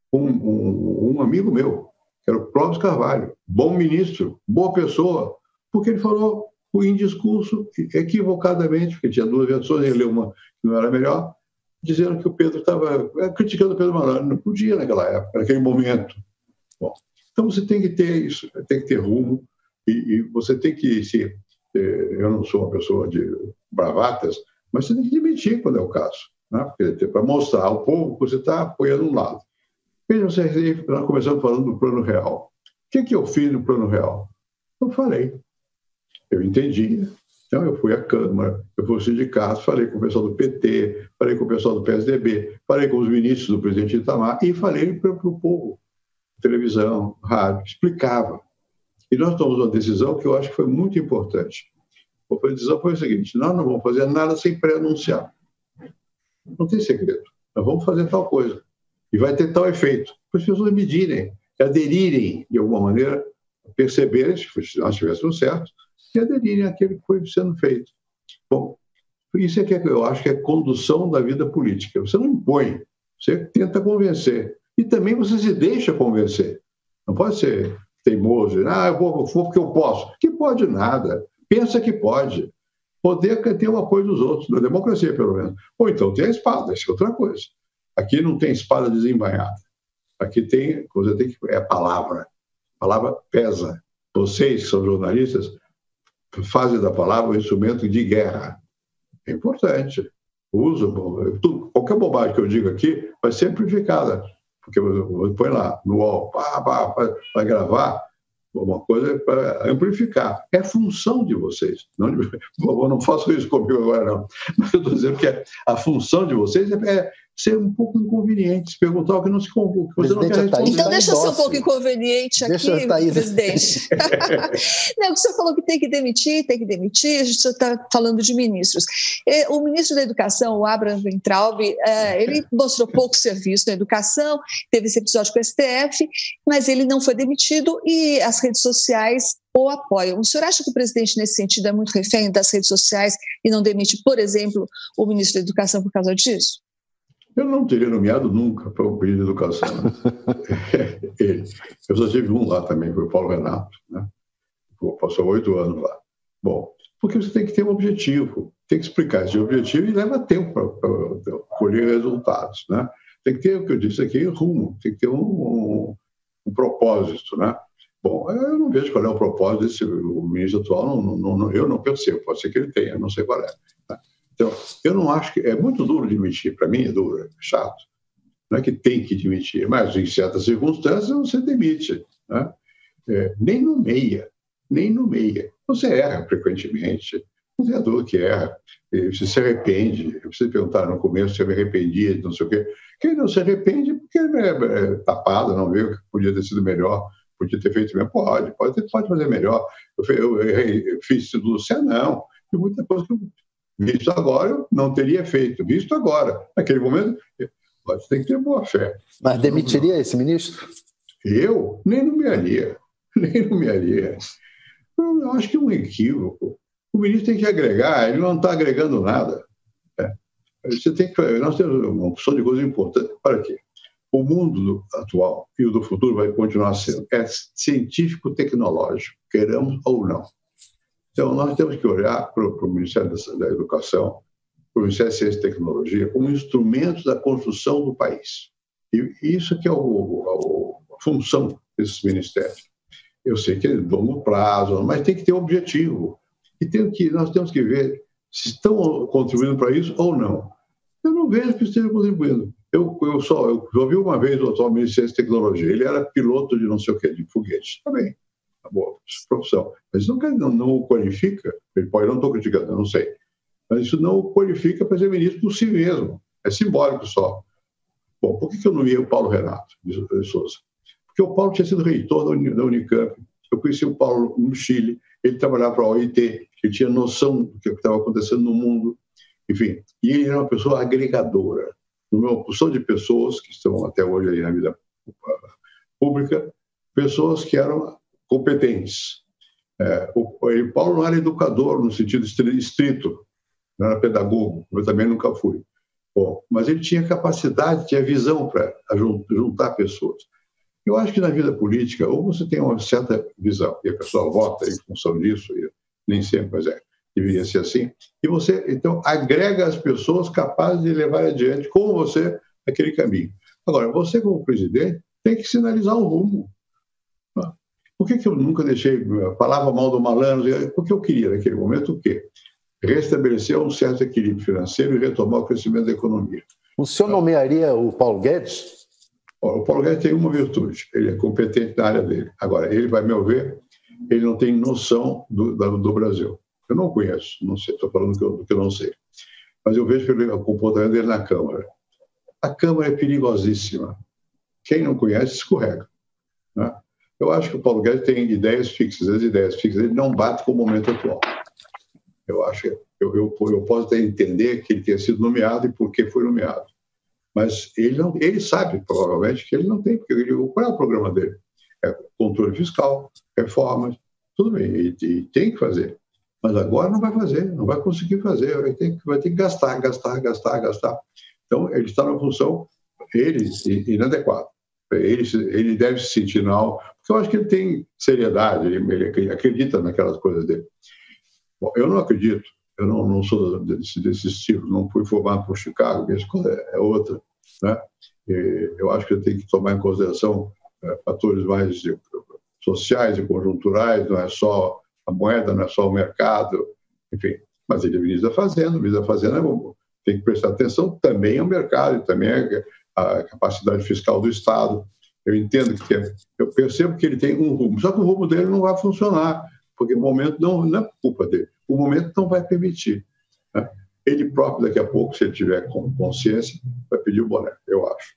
Speaker 3: um amigo meu, que era o Clóvis Carvalho, bom ministro, boa pessoa, porque ele falou em discurso, equivocadamente, porque tinha 2 versões, ele leu uma que não era melhor, dizendo que o Pedro estava criticando o Pedro Malan. Não podia naquela época, naquele momento. Bom, então você tem que ter isso, tem que ter rumo, e você tem que eu não sou uma pessoa de bravatas, mas você tem que demitir quando é o caso, né? Para mostrar ao povo que você está apoiando um lado. Veja, nós começamos falando do Plano Real. O que eu fiz no Plano Real? Eu falei. Eu entendi. Então, eu fui à Câmara, eu fui ao sindicato, falei com o pessoal do PT, falei com o pessoal do PSDB, falei com os ministros do presidente Itamar e falei para o povo. Televisão, rádio, explicava. E nós tomamos uma decisão que eu acho que foi muito importante. A decisão foi o seguinte: nós não vamos fazer nada sem pré-anunciar. Não tem segredo. Nós vamos fazer tal coisa. E vai ter tal efeito. Para as pessoas medirem, aderirem, de alguma maneira, perceberem, se nós estivéssemos certos, e aderirem àquilo que foi sendo feito. Bom, isso é que eu acho que é condução da vida política. Você não impõe, você tenta convencer. E também você se deixa convencer. Não pode ser teimoso, eu vou porque eu posso. Que pode nada. Pensa que pode. Poder ter o apoio dos outros, na democracia, pelo menos. Ou então tem a espada, isso é outra coisa. Aqui não tem espada desembainhada. Aqui tem, é a palavra. A palavra pesa. Vocês, que são jornalistas, fazem da palavra um instrumento de guerra. É importante. Qualquer bobagem que eu digo aqui vai ser amplificada. Porque põe lá, no UOL, vai gravar uma coisa para amplificar. É função de vocês. Por favor, não façam isso comigo agora, não. Mas eu estou dizendo que a função de vocês é ser um pouco inconveniente, se perguntar o que não se convoca. Você não quer responder.
Speaker 4: Então, deixa eu ser um pouco inconveniente aqui, presidente. Não, você falou que tem que demitir, a gente está falando de ministros. O ministro da Educação, o Abraham Weintraub, ele mostrou pouco serviço na educação, teve esse episódio com o STF, mas ele não foi demitido e as redes sociais o apoiam. O senhor acha que o presidente, nesse sentido, é muito refém das redes sociais e não demite, por exemplo, o ministro da Educação por causa disso?
Speaker 3: Eu não teria nomeado nunca para o período de educação. Eu só tive um lá também, foi o Paulo Renato. Né? Passou 8 anos lá. Bom, porque você tem que ter um objetivo, tem que explicar esse objetivo e leva tempo para colher resultados. Né? Tem que ter, o que eu disse aqui, rumo, tem que ter um propósito. Né? Bom, eu não vejo qual é o propósito o ministro atual, eu não percebo, pode ser que ele tenha, não sei qual é. Né? Então, eu não acho que... É muito duro demitir, para mim é duro, é chato. Não é que tem que demitir, mas em certas circunstâncias você demite. Né? Nem nomeia. Você erra frequentemente, Não tem dúvida que erra. Você se arrepende. Você perguntar no começo se eu me arrependia de não sei o quê. Quem não se arrepende porque é tapado, não viu que podia ter sido melhor, podia ter feito melhor. Pode fazer melhor. Eu fiz isso do Luciano, não. Tem muita coisa que eu, visto agora, eu não teria feito. Visto agora. Naquele momento, você tem que ter boa fé.
Speaker 2: Mas demitiria esse ministro?
Speaker 3: Eu? Nem nomearia. Nem nomearia. Eu acho que é um equívoco. O ministro tem que agregar, ele não está agregando nada. Nós temos uma opção de coisa importante. Para quê? O mundo atual e o do futuro vai continuar sendo científico-tecnológico, queiramos ou não. Então, nós temos que olhar para o Ministério da Educação, para o Ministério da Ciência e Tecnologia, como instrumentos da construção do país. E isso que é a função desses ministérios. Eu sei que é de longo prazo, mas tem que ter um objetivo. E nós temos que ver se estão contribuindo para isso ou não. Eu não vejo que estejam contribuindo. Eu vi uma vez o atual ministro de Ciência e Tecnologia. Ele era piloto de não sei o quê, de foguete. Está bem, tá boa profissão. Mas isso não o qualifica. Ele pode, não estou criticando, eu não sei. Mas isso não o qualifica para ser ministro por si mesmo. É simbólico só. Bom, por que eu não ia o Paulo Renato de Souza? Porque o Paulo tinha sido reitor da Unicamp. Eu conheci o Paulo no Chile. Ele trabalhava para a OIT. Ele tinha noção do que estava acontecendo no mundo. Enfim, e ele era uma pessoa agregadora. Uma porção de pessoas que estão até hoje aí na vida pública, pessoas que eram competentes. O Paulo não era educador no sentido estrito, não era pedagogo, eu também nunca fui. Bom, mas ele tinha capacidade, tinha visão para juntar pessoas. Eu acho que na vida política, ou você tem uma certa visão, e a pessoa vota em função disso, e nem sempre, mas deveria ser assim, e você, então, agrega as pessoas capazes de levar adiante com você aquele caminho. Agora, você como presidente tem que sinalizar um rumo. Por que eu nunca falava mal do malandro? Porque eu queria, naquele momento, o quê? Restabelecer um certo equilíbrio financeiro e retomar o crescimento da economia.
Speaker 2: O senhor nomearia o Paulo Guedes?
Speaker 3: O Paulo Guedes tem uma virtude, ele é competente na área dele. Agora, ele, vai meu ver, ele não tem noção do Brasil. Eu não conheço, não sei, estou falando do que eu não sei. Mas eu vejo pelo comportamento dele na Câmara. A Câmara é perigosíssima. Quem não conhece, escorrega. Né? Eu acho que o Paulo Guedes tem ideias fixas, as ideias fixas ele não bate com o momento atual. Eu acho eu posso até entender que ele tenha sido nomeado e por que foi nomeado. Mas ele sabe, provavelmente, que ele não tem, porque qual é o programa dele? É controle fiscal, reformas, tudo bem, e tem que fazer. Mas agora não vai fazer, não vai conseguir fazer, vai ter que gastar. Então, ele está numa função inadequada. Ele deve se sentir não, porque eu acho que ele tem seriedade, ele acredita naquelas coisas dele. Bom, eu não acredito, eu não sou desse estilo, não fui formado por Chicago, minha escola é outra. Né? Eu acho que tem que tomar em consideração fatores mais sociais e conjunturais, não é só a moeda, não é só o mercado, enfim. Mas ele é ministro da Fazenda, tem que prestar atenção também ao mercado, e também a capacidade fiscal do Estado. Eu entendo eu percebo que ele tem um rumo, só que o rumo dele não vai funcionar, porque o momento não é culpa dele, o momento não vai permitir. Né? Ele próprio, daqui a pouco, se ele tiver consciência, vai pedir o boné, eu acho.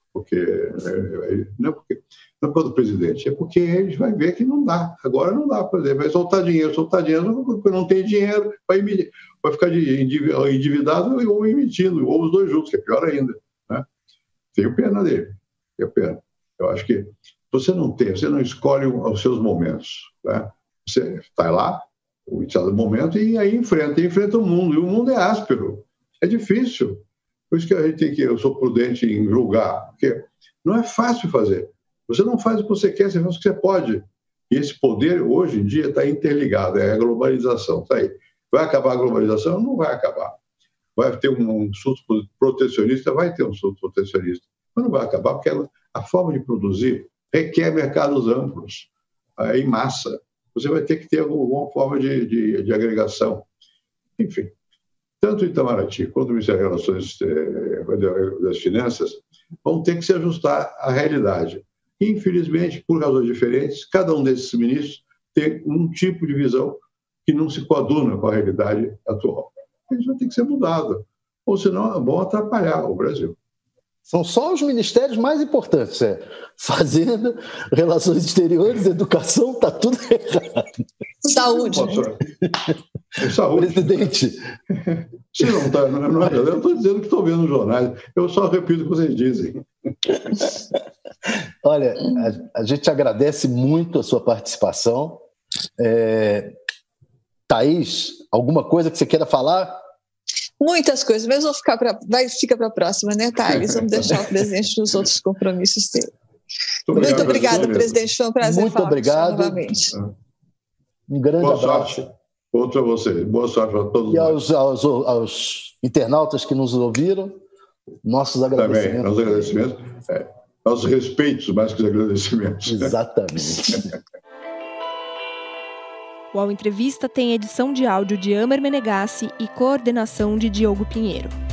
Speaker 3: Não é por causa do presidente, é porque ele vai ver que não dá. Agora não dá, por exemplo, vai soltar dinheiro, porque não tem dinheiro, vai ficar endividado ou emitindo, ou os dois juntos, que é pior ainda. Né? Tenho pena dele, tenho pena. Eu acho que você não escolhe os seus momentos. Né? Você está lá, o momento, e aí enfrenta o mundo, e o mundo é áspero, é difícil. Por isso que eu sou prudente em julgar, porque não é fácil fazer. Você não faz o que você quer, você faz o que você pode. E esse poder, hoje em dia, está interligado, é a globalização, está aí. Vai acabar a globalização? Não vai acabar. Vai ter um surto protecionista? Vai ter um surto protecionista. Mas não vai acabar, porque a forma de produzir requer mercados amplos, em massa. Você vai ter que ter alguma forma de agregação. Enfim. Tanto o Itamaraty quanto o Ministério das Relações das Finanças vão ter que se ajustar à realidade. Infelizmente, por razões diferentes, cada um desses ministros tem um tipo de visão que não se coaduna com a realidade atual. Isso vai ter que ser mudado, ou senão vão atrapalhar o Brasil.
Speaker 2: São só os ministérios mais importantes, Fazenda, Relações Exteriores, Educação, está tudo errado.
Speaker 4: Saúde.
Speaker 3: Saúde.
Speaker 2: Presidente.
Speaker 3: Se não está, não é, eu estou dizendo que estou vendo nos jornais, eu só repito o que vocês dizem.
Speaker 2: Olha, a gente agradece muito a sua participação. Thaís, alguma coisa que você queira falar?
Speaker 4: Muitas coisas, mas fica para a próxima, né, Thales? Vamos deixar o presidente nos outros compromissos dele. Muito obrigado, presidente. Foi um prazer
Speaker 2: muito
Speaker 4: falar
Speaker 2: obrigado.
Speaker 4: novamente.
Speaker 2: Um grande
Speaker 3: Boa
Speaker 2: abraço.
Speaker 3: Sorte. Outro a você. Boa sorte para todos.
Speaker 2: E aos internautas que nos ouviram, nossos agradecimentos.
Speaker 3: Também, nossos agradecimentos. Nossos respeitos mais que os agradecimentos.
Speaker 2: Exatamente.
Speaker 5: O UOL Entrevista tem edição de áudio de Amer Menegassi e coordenação de Diogo Pinheiro.